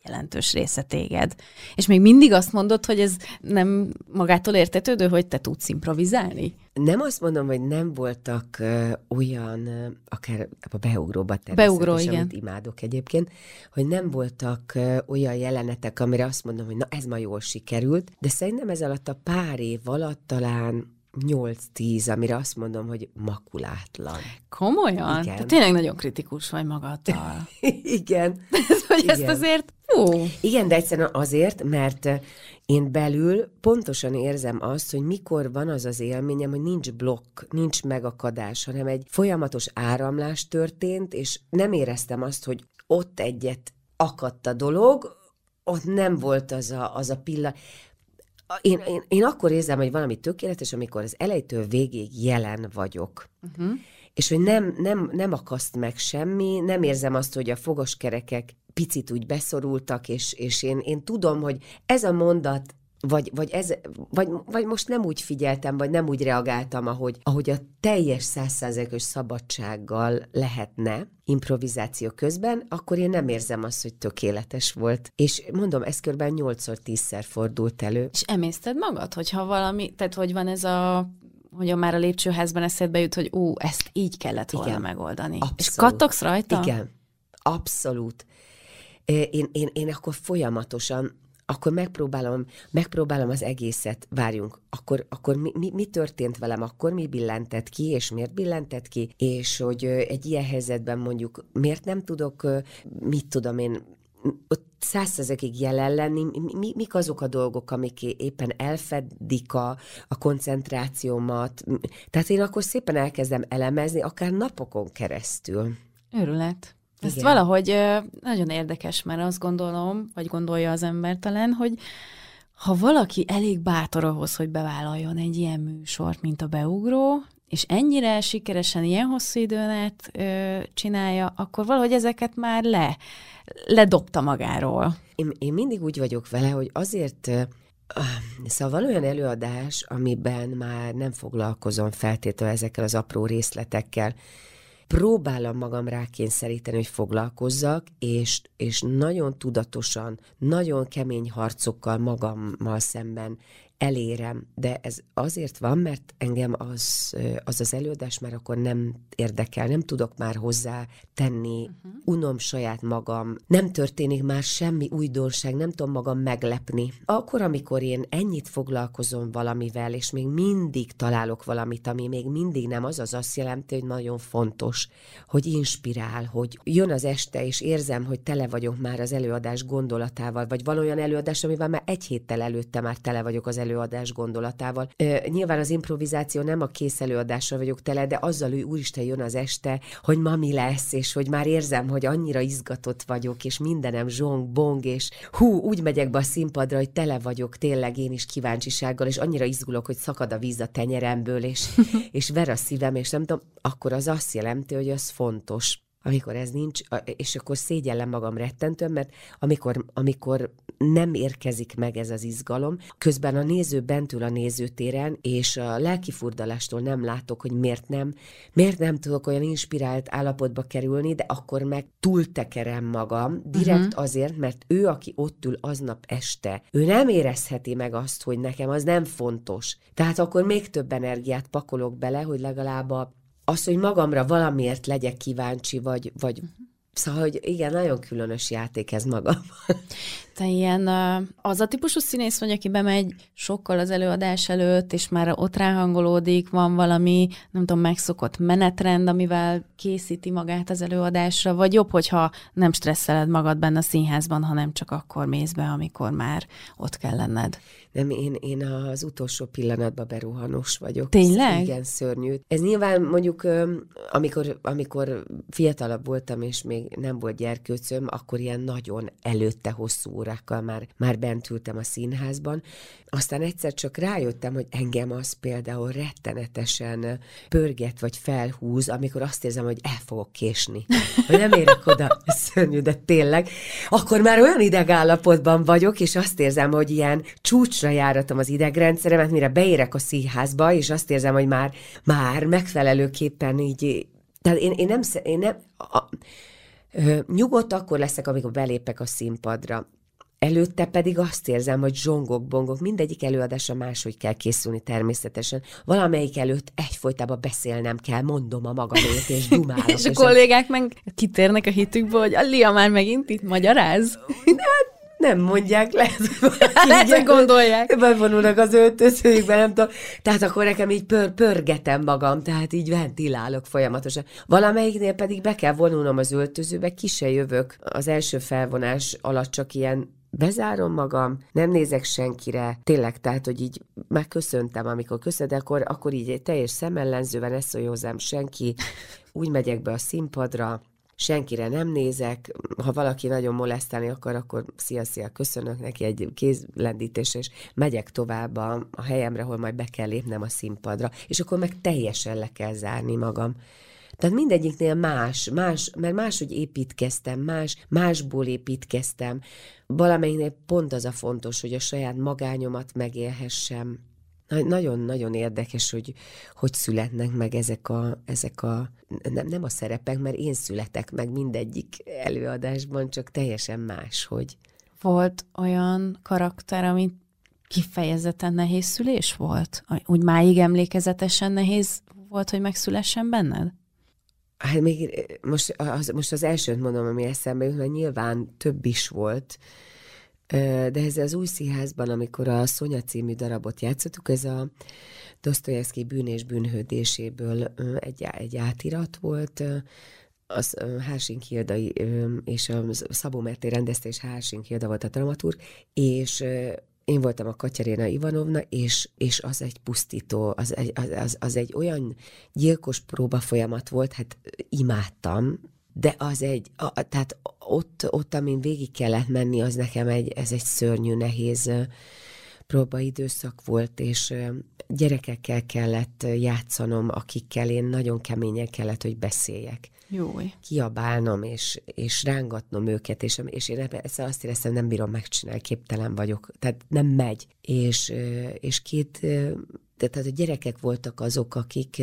jelentős része téged. És még mindig azt mondod, hogy ez nem magától értetődő, hogy te tudsz improvizálni? Nem azt mondom, hogy nem voltak uh, olyan, uh, akár a beugróba természetesen, Beugró, igen. amit imádok egyébként, hogy nem voltak uh, olyan jelenetek, amire azt mondom, hogy na ez ma jól sikerült, de szerintem ez alatt a pár év alatt talán nyolc-tíz, amire azt mondom, hogy makulátlan. Komolyan? Igen. Te tényleg nagyon kritikus vagy magaddal. Igen. hogy Igen. ezt azért... Ó. Igen, de egyszerűen azért, mert én belül pontosan érzem azt, hogy mikor van az az élményem, hogy nincs blokk, nincs megakadás, hanem egy folyamatos áramlás történt, és nem éreztem azt, hogy ott egyet akadt a dolog, ott nem volt az a, az a pillanat. Én, én, én akkor érzem, hogy valami tökéletes, amikor az elejétől végéig jelen vagyok. Uh-huh. És hogy nem, nem, nem akaszt meg semmi, nem érzem azt, hogy a fogaskerekek picit úgy beszorultak, és, és én, én tudom, hogy ez a mondat, vagy, vagy, ez, vagy, vagy most nem úgy figyeltem, vagy nem úgy reagáltam, ahogy, ahogy a teljes százszázalékos szabadsággal lehetne improvizáció közben, akkor én nem érzem azt, hogy tökéletes volt. És mondom, ez körben nyolcszor, tízszer fordult elő. És emészted magad, hogyha valami, tehát hogy van ez a hogy már a lépcsőházban eszedbe jut, hogy ú, ezt így kellett volna igen, megoldani. Abszolút. És kattogsz rajta? Igen, abszolút. Én, én, én akkor folyamatosan, akkor megpróbálom, megpróbálom az egészet, várjunk, akkor, akkor mi, mi, mi történt velem, akkor mi billentett ki, és miért billentett ki, és hogy egy ilyen helyzetben mondjuk miért nem tudok, mit tudom én, ott százszerzekig jelen lenni, mi, mik azok a dolgok, amik éppen elfedik a, a koncentrációmat. Tehát én akkor szépen elkezdem elemezni, akár napokon keresztül. Őrület. Ez valahogy nagyon érdekes, mert azt gondolom, vagy gondolja az ember talán, hogy ha valaki elég bátor ahhoz, hogy bevállaljon egy ilyen műsort, mint a Beugró, és ennyire sikeresen, ilyen hosszú időn át ö, csinálja, akkor valahogy ezeket már le, ledobta magáról. Én, én mindig úgy vagyok vele, hogy azért, uh, szóval van olyan előadás, amiben már nem foglalkozom feltétlenül ezekkel az apró részletekkel. Próbálom magam rákényszeríteni, hogy foglalkozzak, és, és nagyon tudatosan, nagyon kemény harcokkal magammal szemben elérem, de ez azért van, mert engem az az, az előadás már akkor nem érdekel, nem tudok már hozzá tenni, uh-huh. unom saját magam, nem történik már semmi újdonság, nem tudom magam meglepni. Akkor, amikor én ennyit foglalkozom valamivel, és még mindig találok valamit, ami még mindig nem az, az azt jelenti, hogy nagyon fontos, hogy inspirál, hogy jön az este, és érzem, hogy tele vagyok már az előadás gondolatával, vagy van olyan előadás, amivel már egy héttel előtte már tele vagyok az előadás gondolatával. Ö, nyilván az improvizáció nem a kész előadással vagyok tele, de azzal, hogy úristen jön az este, hogy ma mi lesz, és hogy már érzem, hogy annyira izgatott vagyok, és mindenem zsong, bong, és hú, úgy megyek be a színpadra, hogy tele vagyok tényleg én is kíváncsisággal, és annyira izgulok, hogy szakad a víz a tenyeremből, és, és ver a szívem, és nem tudom, akkor az azt jelenti, hogy az fontos. Amikor ez nincs, és akkor szégyellem magam rettentően, mert amikor, amikor nem érkezik meg ez az izgalom, közben a néző bent ül a nézőtéren, és a lelkifurdalástól nem látok, hogy miért nem, miért nem tudok olyan inspirált állapotba kerülni, de akkor meg túltekerem magam, direkt uh-huh. azért, mert ő, aki ott ül aznap este, ő nem érezheti meg azt, hogy nekem az nem fontos. Tehát akkor még több energiát pakolok bele, hogy legalább a az, hogy magamra valamiért legyek kíváncsi, vagy, vagy uh-huh. szóval, hogy igen, nagyon különös játék ez magam. Te ilyen, az a típusú színész vagy, aki bemegy sokkal az előadás előtt, és már ott ráhangolódik, van valami, nem tudom, megszokott menetrend, amivel készíti magát az előadásra, vagy jobb, hogyha nem stresszeled magad benne a színházban, hanem csak akkor mész be, amikor már ott kell lenned. Nem, én, én az utolsó pillanatban berohanós vagyok. Tényleg? Igen, szörnyű. Ez nyilván mondjuk, amikor, amikor fiatalabb voltam, és még nem volt gyerkőcöm, akkor ilyen nagyon előtte hosszú órákkal már, már bent ültem a színházban. Aztán egyszer csak rájöttem, hogy engem az például rettenetesen pörget, vagy felhúz, amikor azt érzem, hogy el fogok késni. Hogy nem érek oda, szörnyű, de tényleg. Akkor már olyan idegállapotban vagyok, és azt érzem, hogy ilyen csúcsra járatom az idegrendszeremet, mire beérek a színházba, és azt érzem, hogy már, már megfelelőképpen így, tehát én, én nem, én nem a, ö, nyugodt akkor leszek, amikor belépek a színpadra. előtte pedig azt érzem, hogy zsongok, bongok, mindegyik előadásra máshogy kell készülni természetesen. Valamelyik előtt egyfolytában beszélnem kell, mondom a magamét, és dumálok. És a kollégák meg kitérnek a hitükből, hogy a Lia már megint itt magyaráz. Nem mondják, lehet, lehet, hogy gondolják. Bevonulnak az öltözőjükbe, nem tudom. Tehát akkor nekem így pör, pörgetem magam, tehát így ventilálok folyamatosan. Valamelyiknél pedig be kell vonulnom az öltözőbe, ki se jövök. Az első felvonás alatt csak ilyen bezárom magam, nem nézek senkire, tényleg, tehát, hogy így megköszöntem, amikor köszönt, de akkor, akkor így egy teljes szemellenzővel ne szólj hozzám senki, úgy megyek be a színpadra, senkire nem nézek, ha valaki nagyon molesztálni akar, akkor szia-szia, köszönök neki egy kézlendítésre, és megyek tovább a, a helyemre, hol majd be kell lépnem a színpadra, és akkor meg teljesen le kell zárni magam. Tehát mindegyiknél más, más, mert máshogy építkeztem, más, másból építkeztem. Valamelyiknél pont az a fontos, hogy a saját magányomat megélhessem. Nagyon-nagyon érdekes, hogy hogy születnek meg ezek a, ezek a nem, nem a szerepek, mert én születek meg mindegyik előadásban, csak teljesen más, hogy... Volt olyan karakter, ami kifejezetten nehéz szülés volt? Úgy máig emlékezetesen nehéz volt, hogy megszülessen benned? Hát még most az, most az elsőt mondom, ami eszembe jut, mert nyilván több is volt, de ez az Új Színházban, amikor a Szonya című darabot játszottuk, ez a Dosztojevszky Bűn és bűnhődéséből egy, egy átirat volt, az Hársink Hilda és a Szabó Merté rendezte, és Hársink Hilda volt a dramaturg, és én voltam a Katyarina Ivanovna, és, és az egy pusztító, az egy, az, az egy olyan gyilkos próba folyamat volt, hát imádtam, de az egy, a, tehát ott, ott, amin végig kellett menni, az nekem egy, ez egy szörnyű, nehéz próbaidőszak volt, és gyerekekkel kellett játszanom, akikkel én nagyon keményen kellett, hogy beszéljek. Jój. Kiabálnom, és, és rángatnom őket, és, és én ezt azt éreztem, nem bírom megcsinálni, képtelen vagyok, tehát nem megy. És, és két, tehát a gyerekek voltak azok, akik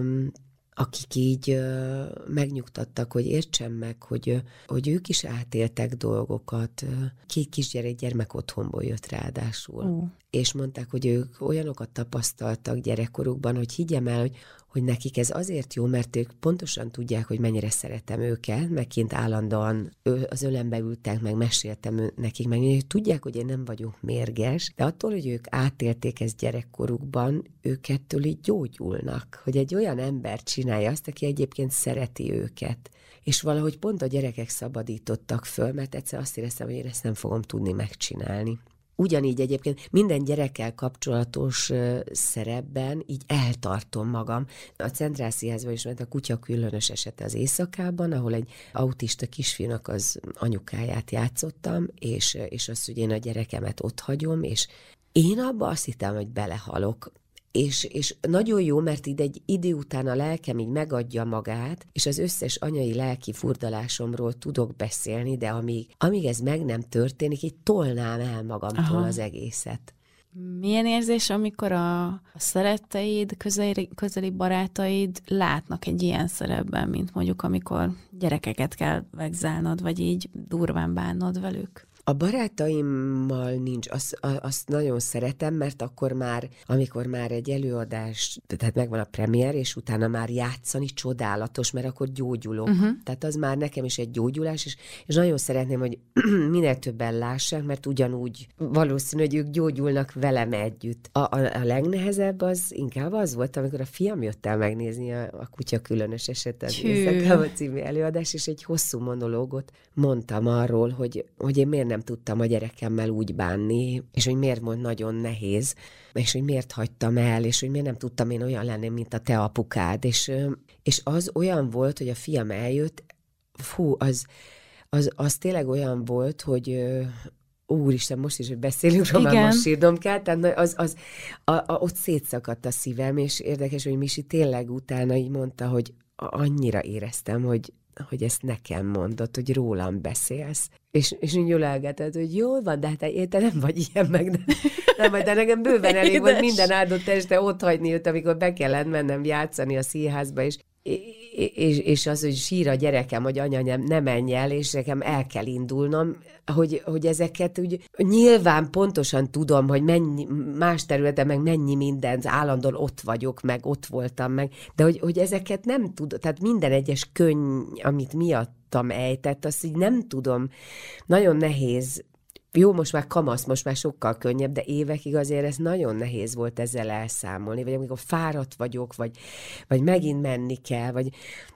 akik így uh, megnyugtattak, hogy értsem meg, hogy, uh, hogy ők is átéltek dolgokat. Két kisgyerek gyermekotthonból jött ráadásul. Uh. És mondták, hogy ők olyanokat tapasztaltak gyerekkorukban, hogy higgyem el, hogy, hogy nekik ez azért jó, mert ők pontosan tudják, hogy mennyire szeretem őket, meg kint állandóan az ölembe ültek, meg meséltem nekik, meg hogy tudják, hogy én nem vagyok mérges, de attól, hogy ők átélték ezt gyerekkorukban, ők ettől így gyógyulnak, hogy egy olyan ember csinálja azt, aki egyébként szereti őket. És valahogy pont a gyerekek szabadítottak föl, mert egyszer azt éreztem, hogy én ezt nem fogom tudni megcsinálni. Ugyanígy egyébként minden gyerekkel kapcsolatos uh, szerepben így eltartom magam. A Centrál Színházban is ment a Kutya különös esete az éjszakában, ahol egy autista kisfiúnak az anyukáját játszottam, és, és azt, hogy én a gyerekemet ott hagyom, és én abba azt hittem, hogy belehalok. És, és nagyon jó, mert így egy idő után a lelkem így megadja magát, és az összes anyai lelki furdalásomról tudok beszélni, de amíg, amíg ez meg nem történik, így tolnám el magamtól Aha. az egészet. Milyen érzés, amikor a, a szeretteid, közeli, közeli barátaid látnak egy ilyen szerepben, mint mondjuk, amikor gyerekeket kell vegzálnod, vagy így durván bánnod velük? A barátaimmal nincs, azt, azt nagyon szeretem, mert akkor már, amikor már egy előadás, tehát megvan a premier, és utána már játszani csodálatos, mert akkor gyógyulok. Uh-huh. Tehát az már nekem is egy gyógyulás, és, és nagyon szeretném, hogy minél többen lássák, mert ugyanúgy valószínű, hogy ők gyógyulnak velem együtt. A, a, a legnehezebb az inkább az volt, amikor a fiam jött el megnézni a, a Kutya különös eset, az Éjszakában című előadás, és egy hosszú monológot mondtam arról, hogy, hogy én miért nem tudtam a gyerekemmel úgy bánni, és hogy miért volt nagyon nehéz, és hogy miért hagytam el, és hogy miért nem tudtam én olyan lenni, mint a te apukád. És, és az olyan volt, hogy a fiam eljött, fú, az, az, az tényleg olyan volt, hogy úristen, most is, hogy beszélünk róla, már most sírnom kell, tehát az, az, a, a, ott szétszakadt a szívem, és érdekes, hogy Misi tényleg utána így mondta, hogy annyira éreztem, hogy hogy ezt nekem mondod, hogy rólam beszélsz. És, és így ölelgetett, hogy jól van, de hát te nem vagy ilyen meg, de, nem, de nekem bőven elég volt minden áldott este ott hagyni őt, amikor be kellett mennem játszani a színházba, és, és, és az, hogy sír a gyerekem, hogy anya, nem, ne menj el, és nekem el kell indulnom, hogy, hogy ezeket úgy nyilván pontosan tudom, hogy mennyi, más területen meg mennyi mindent, állandóan ott vagyok, meg ott voltam meg, de hogy, hogy ezeket nem tudom, tehát minden egyes könny, amit miattam ejtett, azt így nem tudom, nagyon nehéz. Jó, most már kamasz, most már sokkal könnyebb, de évekig azért ez nagyon nehéz volt ezzel elszámolni, vagy amikor fáradt vagyok, vagy, vagy megint menni kell, vagy...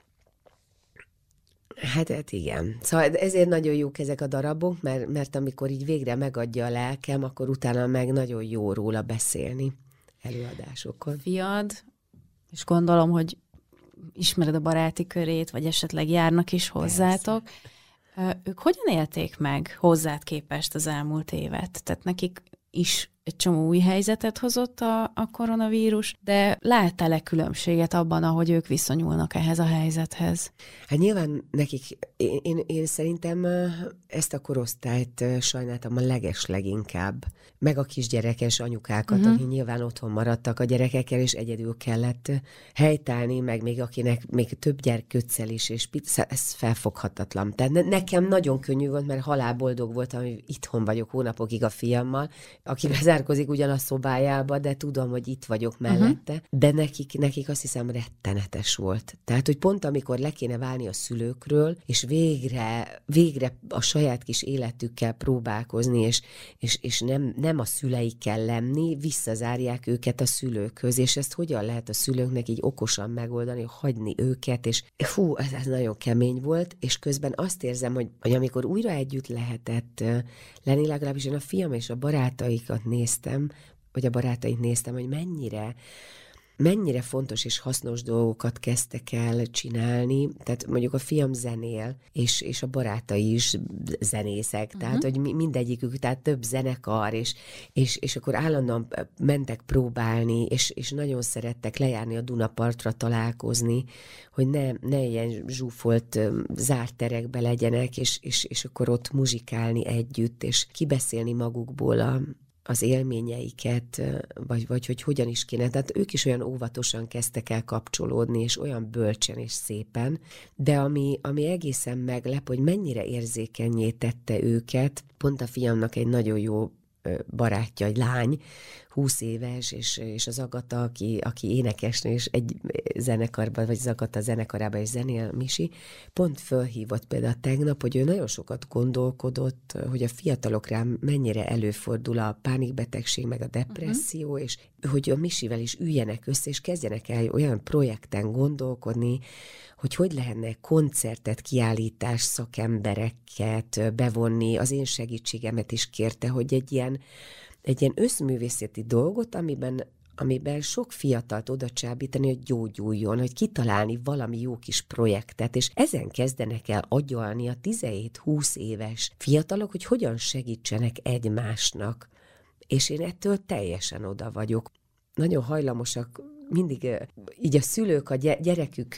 Hát, hát igen. Szóval ezért nagyon jók ezek a darabok, mert, mert amikor így végre megadja a lelkem, akkor utána meg nagyon jó róla beszélni előadásokon. Fiad, és gondolom, hogy ismered a baráti körét, vagy esetleg járnak is hozzátok. Persze. Ők hogyan élték meg hozzád képest az elmúlt évet? Tehát nekik is egy csomó új helyzetet hozott a, a koronavírus, de láttál-e különbséget abban, ahogy ők viszonyulnak ehhez a helyzethez? Hát nyilván nekik, én, én, én szerintem ezt a korosztályt sajnáltam a leges leginkább, meg a kisgyerekes anyukákat, uh-huh. akik nyilván otthon maradtak a gyerekekkel, és egyedül kellett helytállni, meg még akinek még több gyerkőccel is, és ez felfoghatatlan. Tehát ne, nekem nagyon könnyű volt, mert halálboldog voltam, hogy itthon vagyok hónapokig a fiammal, aki bezárkozik ugyan a szobájába, de tudom, hogy itt vagyok mellette, uh-huh. de nekik, nekik azt hiszem rettenetes volt. Tehát, hogy pont amikor le kéne válni a szülőkről, és végre, végre a saját kis életükkel próbálkozni, és, és, és nem, nem a szüleikkel lenni, visszazárják őket a szülőkhöz, és ezt hogyan lehet a szülőknek így okosan megoldani, hagyni őket, és fú, ez, ez nagyon kemény volt, és közben azt érzem, hogy, hogy amikor újra együtt lehetett lenni, legalábbis én a fiam és a barátaikat néztem, vagy a barátait néztem, hogy mennyire mennyire fontos és hasznos dolgokat kezdtek el csinálni, tehát mondjuk a fiam zenél, és, és a barátai is zenészek, uh-huh. tehát hogy mindegyikük, tehát több zenekar, és, és, és akkor állandóan mentek próbálni, és, és nagyon szerettek lejárni a Dunapartra találkozni, hogy ne, ne ilyen zsúfolt zárt terekbe legyenek, és, és, és akkor ott muzsikálni együtt, és kibeszélni magukból a az élményeiket, vagy, vagy hogy hogyan is kéne. Tehát ők is olyan óvatosan kezdtek el kapcsolódni, és olyan bölcsen és szépen, de ami, ami egészen meglep, hogy mennyire érzékenyé tette őket, pont a fiamnak egy nagyon jó barátja, egy lány, húsz éves, és, és az Agata, aki, aki énekesnő, és egy zenekarban, vagy az Agata zenekarában is zenél, Misi, pont fölhívott például tegnap, hogy ő nagyon sokat gondolkodott, hogy a fiatalokra mennyire előfordul a pánikbetegség, meg a depresszió, uh-huh. és hogy a Misivel is üljenek össze, és kezdjenek el olyan projekten gondolkodni, hogy hogy lehetne koncertet, kiállítás, szakembereket bevonni. Az én segítségemet is kérte, hogy egy ilyen, egy ilyen összművészeti dolgot, amiben, amiben sok fiatalt oda csábítani, hogy gyógyuljon, hogy kitalálni valami jó kis projektet, és ezen kezdenek el agyalni a tizenhét-húsz éves fiatalok, hogy hogyan segítsenek egymásnak. És én ettől teljesen oda vagyok. Nagyon hajlamosak mindig így a szülők a gyerekük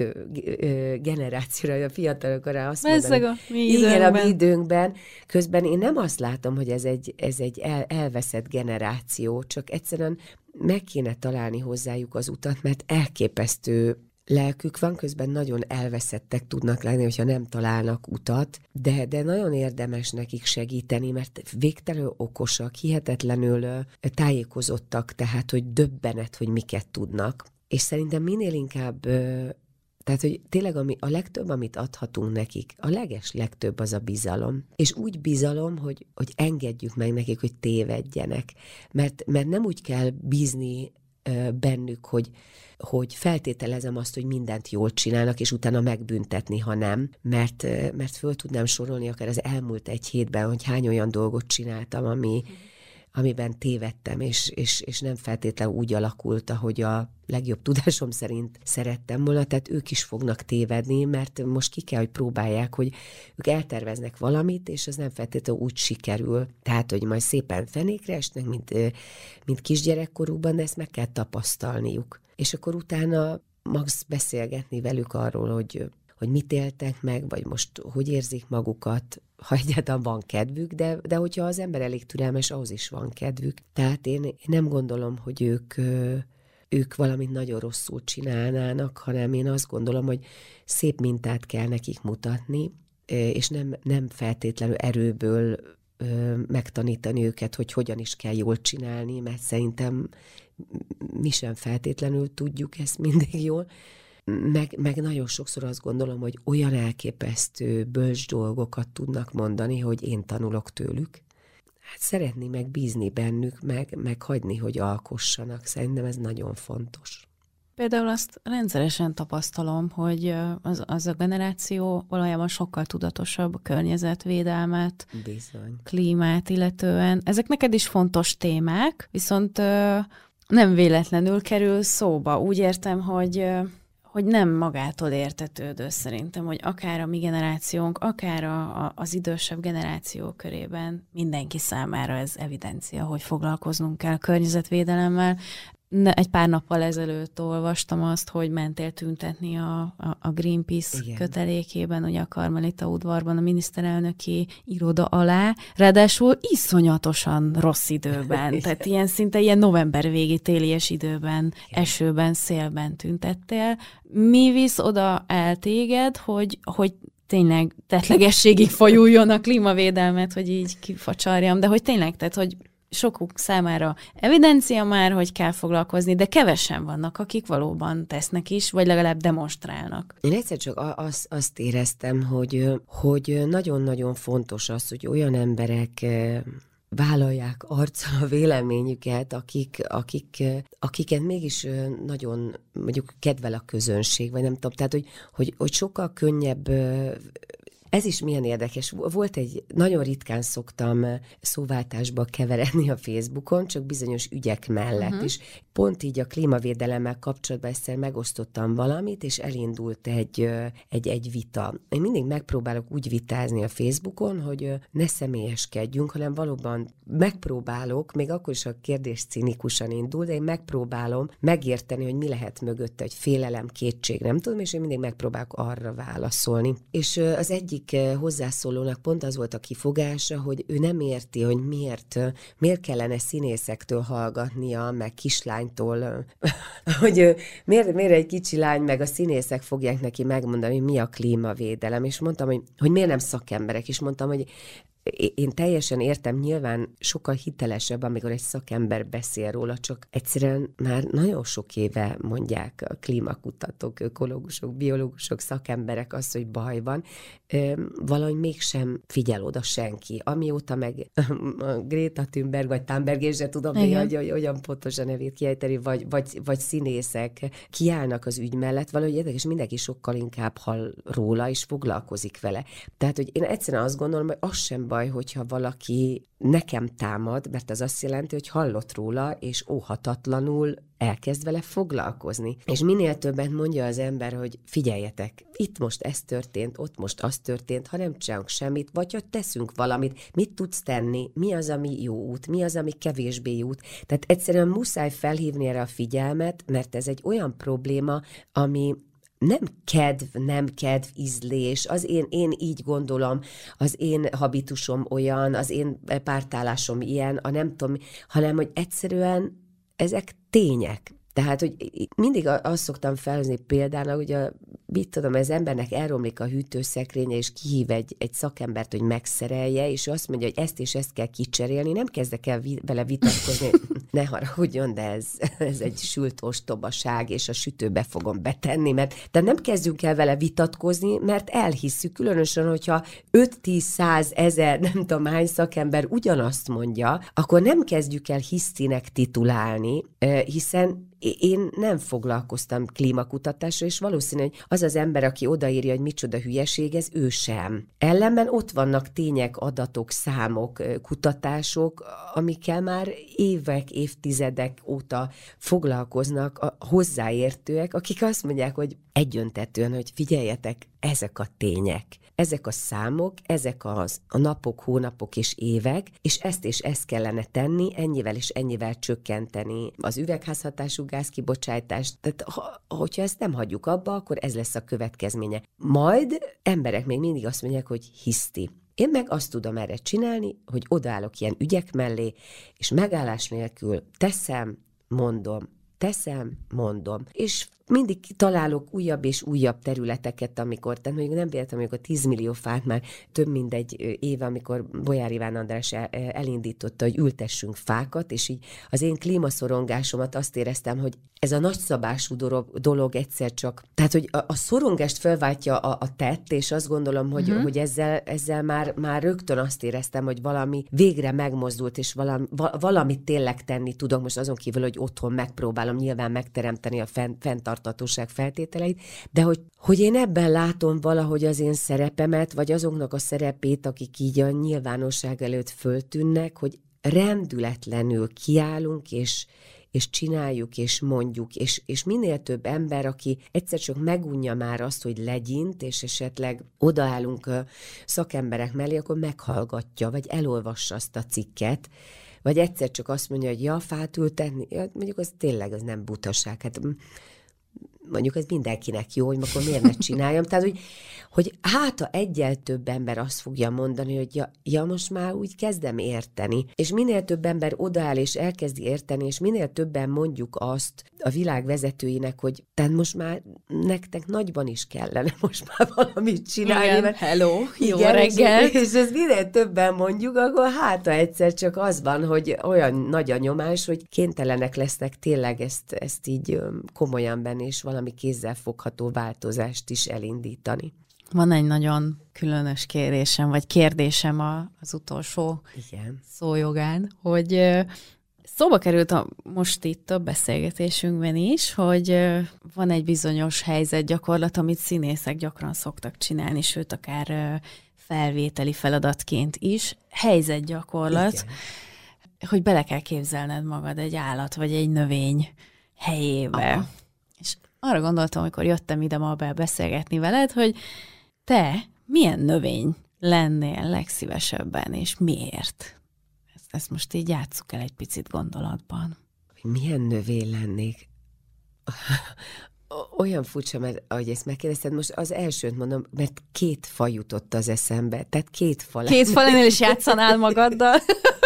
generációra, a fiatalokra azt mondani, a mi igen, a mi időnkben. Közben én nem azt látom, hogy ez egy, ez egy el, elveszett generáció, csak egyszerűen meg kéne találni hozzájuk az utat, mert elképesztő lelkük van, közben nagyon elveszettek tudnak lenni, hogyha nem találnak utat, de, de nagyon érdemes nekik segíteni, mert végtelenül okosak, hihetetlenül tájékozottak, tehát, hogy döbbenet, hogy miket tudnak. És szerintem minél inkább, tehát, hogy tényleg ami, a legtöbb, amit adhatunk nekik, a leges legtöbb az a bizalom. És úgy bizalom, hogy, hogy engedjük meg nekik, hogy tévedjenek. Mert, mert nem úgy kell bízni bennük, hogy, hogy feltételezem azt, hogy mindent jól csinálnak, és utána megbüntetni, ha nem, mert, mert föl tudnám sorolni akár az elmúlt egy hétben, hogy hány olyan dolgot csináltam, ami, amiben tévedtem, és, és, és nem feltétlenül úgy alakult, ahogy a legjobb tudásom szerint szerettem volna, tehát ők is fognak tévedni, mert most ki kell, hogy próbálják, hogy ők elterveznek valamit, és az nem feltétlenül úgy sikerül. Tehát, hogy majd szépen fenékre esnek, mint, mint kisgyerekkorukban, de ezt meg kell tapasztalniuk. És akkor utána max beszélgetni velük arról, hogy, hogy mit éltek meg, vagy most hogy érzik magukat, ha egyáltalán van kedvük, de, de hogyha az ember elég türelmes, ahhoz is van kedvük. Tehát én, én nem gondolom, hogy ők ők valamit nagyon rosszul csinálnának, hanem én azt gondolom, hogy szép mintát kell nekik mutatni, és nem, nem feltétlenül erőből megtanítani őket, hogy hogyan is kell jól csinálni, mert szerintem mi sem feltétlenül tudjuk ezt mindig jól. Meg, meg nagyon sokszor azt gondolom, hogy olyan elképesztő, bölcs dolgokat tudnak mondani, hogy én tanulok tőlük. Hát szeretni meg bízni bennük, meg, meg hagyni, hogy alkossanak. Szerintem ez nagyon fontos. Például azt rendszeresen tapasztalom, hogy az, az a generáció valójában sokkal tudatosabb a környezetvédelmet, Bizony. klímát illetően. Ezek neked is fontos témák, viszont nem véletlenül kerül szóba. Úgy értem, hogy, hogy nem magától értetődő szerintem, hogy akár a mi generációnk, akár a, a, az idősebb generáció körében mindenki számára ez evidencia, hogy foglalkoznunk kell környezetvédelemmel. Ne, egy pár nappal ezelőtt olvastam azt, hogy mentél tüntetni a, a, a Greenpeace Igen. kötelékében, ugye a Karmelita udvarban a miniszterelnöki iroda alá, ráadásul iszonyatosan rossz időben, tehát ilyen szinte ilyen november végi télies időben, Igen. esőben, szélben tüntettél. Mi visz oda el téged, hogy, hogy tényleg tettlegességig fajuljon a klímavédelmet, hogy így kifacsarjam, de hogy tényleg, tehát hogy sokuk számára evidencia már, hogy kell foglalkozni, de kevesen vannak, akik valóban tesznek is, vagy legalább demonstrálnak. Én egyszer csak azt, azt éreztem, hogy, hogy nagyon-nagyon fontos az, hogy olyan emberek vállalják arccal a véleményüket, akik, akik, akiket mégis nagyon mondjuk kedvel a közönség, vagy nem tudom, tehát hogy, hogy, hogy sokkal könnyebb. Ez is milyen érdekes. Volt egy, nagyon ritkán szoktam szóváltásba keveredni a Facebookon, csak bizonyos ügyek mellett uh-huh. is. Pont így a klímavédelemmel kapcsolatban egyszer megosztottam valamit, és elindult egy, egy, egy vita. Én mindig megpróbálok úgy vitázni a Facebookon, hogy ne személyeskedjünk, hanem valóban megpróbálok, még akkor is a kérdés cinikusan indul, de én megpróbálom megérteni, hogy mi lehet mögötte, egy félelem, kétség, nem tudom, és én mindig megpróbálok arra válaszolni. És az egyik hozzászólónak pont az volt a kifogása, hogy ő nem érti, hogy miért, miért kellene színészektől hallgatnia, meg kislánytól, hogy miért, miért egy kicsi lány, meg a színészek fogják neki megmondani, mi a klímavédelem, és mondtam, hogy, hogy miért nem szakemberek, és mondtam, hogy én teljesen értem, nyilván sokkal hitelesebb, amikor egy szakember beszél róla, csak egyszerűen már nagyon sok éve mondják a klímakutatók, ökológusok, biológusok, szakemberek azt, hogy baj van, valahogy mégsem figyel oda senki. Amióta meg a Greta Thunberg, vagy Thunberg, én sem tudom, hogy, hogy, hogy olyan pontos a nevét kiejteni, vagy, vagy, vagy színészek kiállnak az ügy mellett, valahogy érdekes, mindenki sokkal inkább hall róla, és foglalkozik vele. Tehát, hogy én egyszerűen azt gondolom, hogy az sem baj, hogyha valaki nekem támad, mert az azt jelenti, hogy hallott róla, és óhatatlanul elkezd vele foglalkozni. És minél többet mondja az ember, hogy figyeljetek, itt most ez történt, ott most az történt, ha nem csinálunk semmit, vagy ha teszünk valamit, mit tudsz tenni, mi az, ami jó út, mi az, ami kevésbé jó út. Tehát egyszerűen muszáj felhívni erre a figyelmet, mert ez egy olyan probléma, ami nem kedv, nem kedv, ízlés, az én, én így gondolom, az én habitusom olyan, az én pártállásom ilyen, a nem tudom, hanem hogy egyszerűen ezek tények. Tehát, hogy mindig azt szoktam felhozni például, hogy a, mit tudom, az embernek elromlik a hűtőszekrénye, és kihív egy, egy szakembert, hogy megszerelje, és azt mondja, hogy ezt és ezt kell kicserélni, nem kezdek el vi- vele vitatkozni, ne haragudjon, de ez, ez egy sült ostobaság, és a sütőbe fogom betenni, mert de nem kezdjünk el vele vitatkozni, mert elhisszük, különösen, hogyha öt-tíz-száz ezer, nem tudom hány szakember ugyanazt mondja, akkor nem kezdjük el hisztinek titulálni, hiszen én nem foglalkoztam klímakutatással, és valószínű, hogy az az ember, aki odaírja, hogy micsoda hülyeség, ez ő sem. Ellenben ott vannak tények, adatok, számok, kutatások, amikkel már évek, évtizedek óta foglalkoznak a hozzáértőek, akik azt mondják, hogy egyöntetően, hogy figyeljetek, ezek a tények, ezek a számok, ezek az, a napok, hónapok és évek, és ezt és ezt kellene tenni, ennyivel és ennyivel csökkenteni az üvegházhatású gázkibocsátást. Tehát ha, hogyha ezt nem hagyjuk abba, akkor ez lesz a következménye. Majd emberek még mindig azt mondják, hogy hiszti. Én meg azt tudom erre csinálni, hogy odaállok ilyen ügyek mellé, és megállás nélkül teszem, mondom, teszem, mondom. És mindig találok újabb és újabb területeket, amikor, tehát mondjuk nem véletlenül, amikor tíz millió fát már több mint egy éve, amikor Bolyár Iván András elindította, hogy ültessünk fákat, és így az én klímaszorongásomat azt éreztem, hogy ez a nagyszabású dolog, dolog egyszer csak, tehát, hogy a, a szorongást felváltja a, a tett, és azt gondolom, hogy, uh-huh. hogy ezzel, ezzel már, már rögtön azt éreztem, hogy valami végre megmozdult, és valami, valamit tényleg tenni tudok, most azon kívül, hogy otthon megpróbálom nyilván megteremteni a fenn, fenntarthatóság feltételeit, de hogy, hogy én ebben látom valahogy az én szerepemet, vagy azoknak a szerepét, akik így a nyilvánosság előtt föltűnnek, hogy rendületlenül kiállunk, és és csináljuk, és mondjuk, és, és minél több ember, aki egyszer csak megunja már azt, hogy legyint, és esetleg odaállunk a szakemberek mellé, akkor meghallgatja, vagy elolvassa azt a cikket, vagy egyszer csak azt mondja, hogy ja, fát ültetni, ja, mondjuk az tényleg az nem butaság, hát mondjuk ez mindenkinek jó, hogy akkor miért ne csináljam. Tehát, hogy, hogy hát, ha egyel több ember azt fogja mondani, hogy ja, ja, most már úgy kezdem érteni. És minél több ember odaáll és elkezdi érteni, és minél többen mondjuk azt a világ vezetőinek, hogy tehát most már nektek nagyban is kellene most már valamit csinálni. Igen, mert hello, jó igen, reggel. És, és ez minél többen mondjuk, akkor hát, ha egyszer csak az van, hogy olyan nagy a nyomás, hogy kénytelenek lesznek tényleg ezt, ezt így komolyan benni, és valami kézzelfogható változást is elindítani. Van egy nagyon különös kérésem, vagy kérdésem a, az utolsó Igen. szójogán, hogy szóba került a, most itt a beszélgetésünkben is, hogy van egy bizonyos helyzetgyakorlat, amit színészek gyakran szoktak csinálni, sőt, akár felvételi feladatként is. Helyzetgyakorlat, igen. Hogy bele kell képzelned magad egy állat, vagy egy növény helyébe. Aha. És arra gondoltam, amikor jöttem ide ma be beszélgetni veled, hogy te milyen növény lennél legszívesebben, és miért? Ezt, ezt most így játsszuk el egy picit gondolatban. Milyen növény lennék? Olyan furcsa, mert ahogy ezt megkérdezted, most az elsőt mondom, mert két fa jutott az eszembe. Tehát két fa lennék. Két fa lennél, és játszanál magaddal?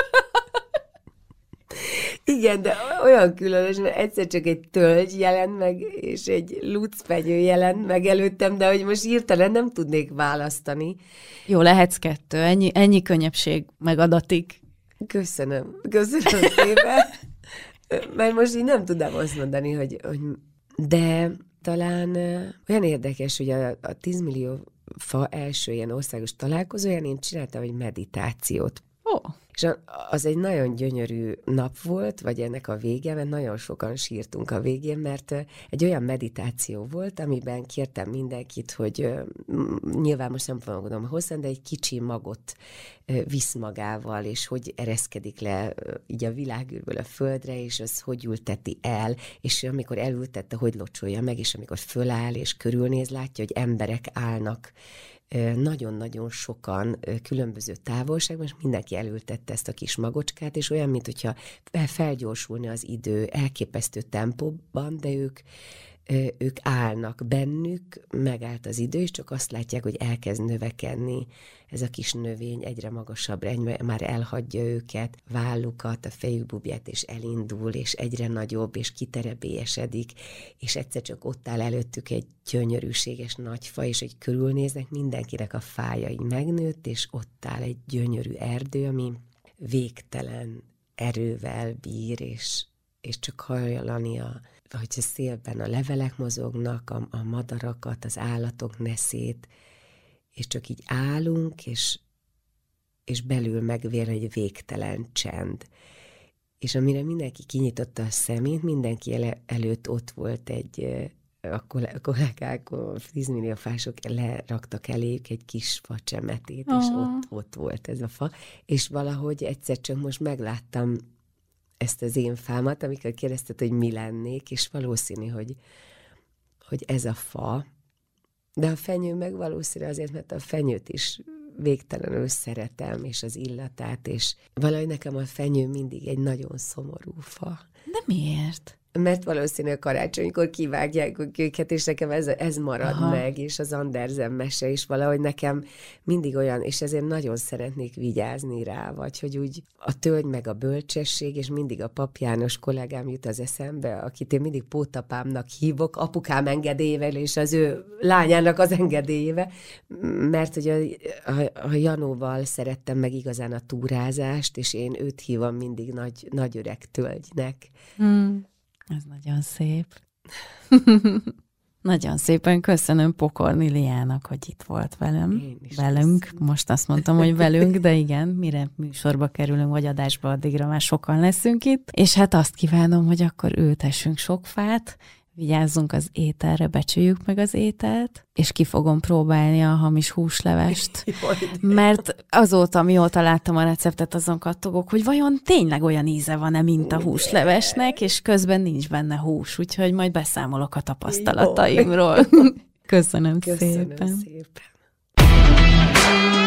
Igen, de olyan különös, mert egyszer csak egy tölgy jelent meg, és egy lucfegyő jelent meg előttem, de hogy most hirtelen nem tudnék választani. Jó, lehetsz kettő, ennyi, ennyi könnyebbség megadatik. Köszönöm, köszönöm szépen. Mert most így nem tudám azt mondani, hogy, hogy de talán olyan érdekes, hogy a, a tíz millió fa első ilyen országos találkozóján én csináltam egy meditációt. Ó. Oh. És az egy nagyon gyönyörű nap volt, vagy ennek a vége, mert nagyon sokan sírtunk a végén, mert egy olyan meditáció volt, amiben kértem mindenkit, hogy nyilván most nem fogom hosszan, de egy kicsi magot visz magával, és hogy ereszkedik le így a világűrből a földre, és az hogy ülteti el, és amikor elültette, hogy locsolja meg, és amikor föláll, és körülnéz, látja, hogy emberek állnak nagyon-nagyon sokan különböző távolságban, és mindenki elültette ezt a kis magocskát, és olyan, mint hogyha felgyorsulna az idő elképesztő tempóban, de ők, ők állnak bennük, megállt az idő, és csak azt látják, hogy elkezd növekedni ez a kis növény, egyre magasabbra, egyre már elhagyja őket, vállukat, a fejük bubját, és elindul, és egyre nagyobb, és kiterebélyesedik, és egyszer csak ott áll előttük egy gyönyörűséges nagy fa, és hogy körülnéznek, mindenkinek a fája így megnőtt, és ott áll egy gyönyörű erdő, ami végtelen erővel bír, és, és csak hallani a hogyha szélben a levelek mozognak, a, a madarakat, az állatok neszét, és csak így állunk, és, és belül megvér egy végtelen csend. És amire mindenki kinyitotta a szemét, mindenki ele, előtt ott volt egy, a kollégák, a tíz millió fások leraktak eléjük egy kis facsemetét, és ott, ott volt ez a fa. És valahogy egyszer csak most megláttam ezt az én fámat, amikor kérdezted, hogy mi lennék, és valószínű, hogy, hogy ez a fa, de a fenyő meg valószínű azért, mert a fenyőt is végtelenül szeretem, és az illatát, és valahogy nekem a fenyő mindig egy nagyon szomorú fa. De miért? mert valószínűleg karácsonykor kivágják őket, és nekem ez, ez marad Aha. meg, és az Andersen mese is valahogy nekem mindig olyan, és ezért nagyon szeretnék vigyázni rá, vagy hogy úgy a tölgy meg a bölcsesség, és mindig a Pap János kollégám jut az eszembe, akit én mindig pótapámnak hívok, apukám engedélyével, és az ő lányának az engedélyével, mert hogy a, a, a Janóval szerettem meg igazán a túrázást, és én őt hívom mindig nagy, nagy öreg tölgynek. Hmm. Ez nagyon szép. Nagyon szépen köszönöm Pokorni Liának, hogy itt volt velem. Velünk. Köszönöm. Most azt mondtam, hogy velünk, de igen, mire műsorba kerülünk, vagy adásba, addigra már sokan leszünk itt. És hát azt kívánom, hogy akkor ültessünk sok fát, vigyázzunk az ételre, becsüljük meg az ételt, és ki fogom próbálni a hamis húslevest. Mert azóta, mióta láttam a receptet, azon kattogok, hogy vajon tényleg olyan íze van-e, mint a húslevesnek, és közben nincs benne hús, úgyhogy majd beszámolok a tapasztalataimról. Köszönöm, Köszönöm szépen. szépen.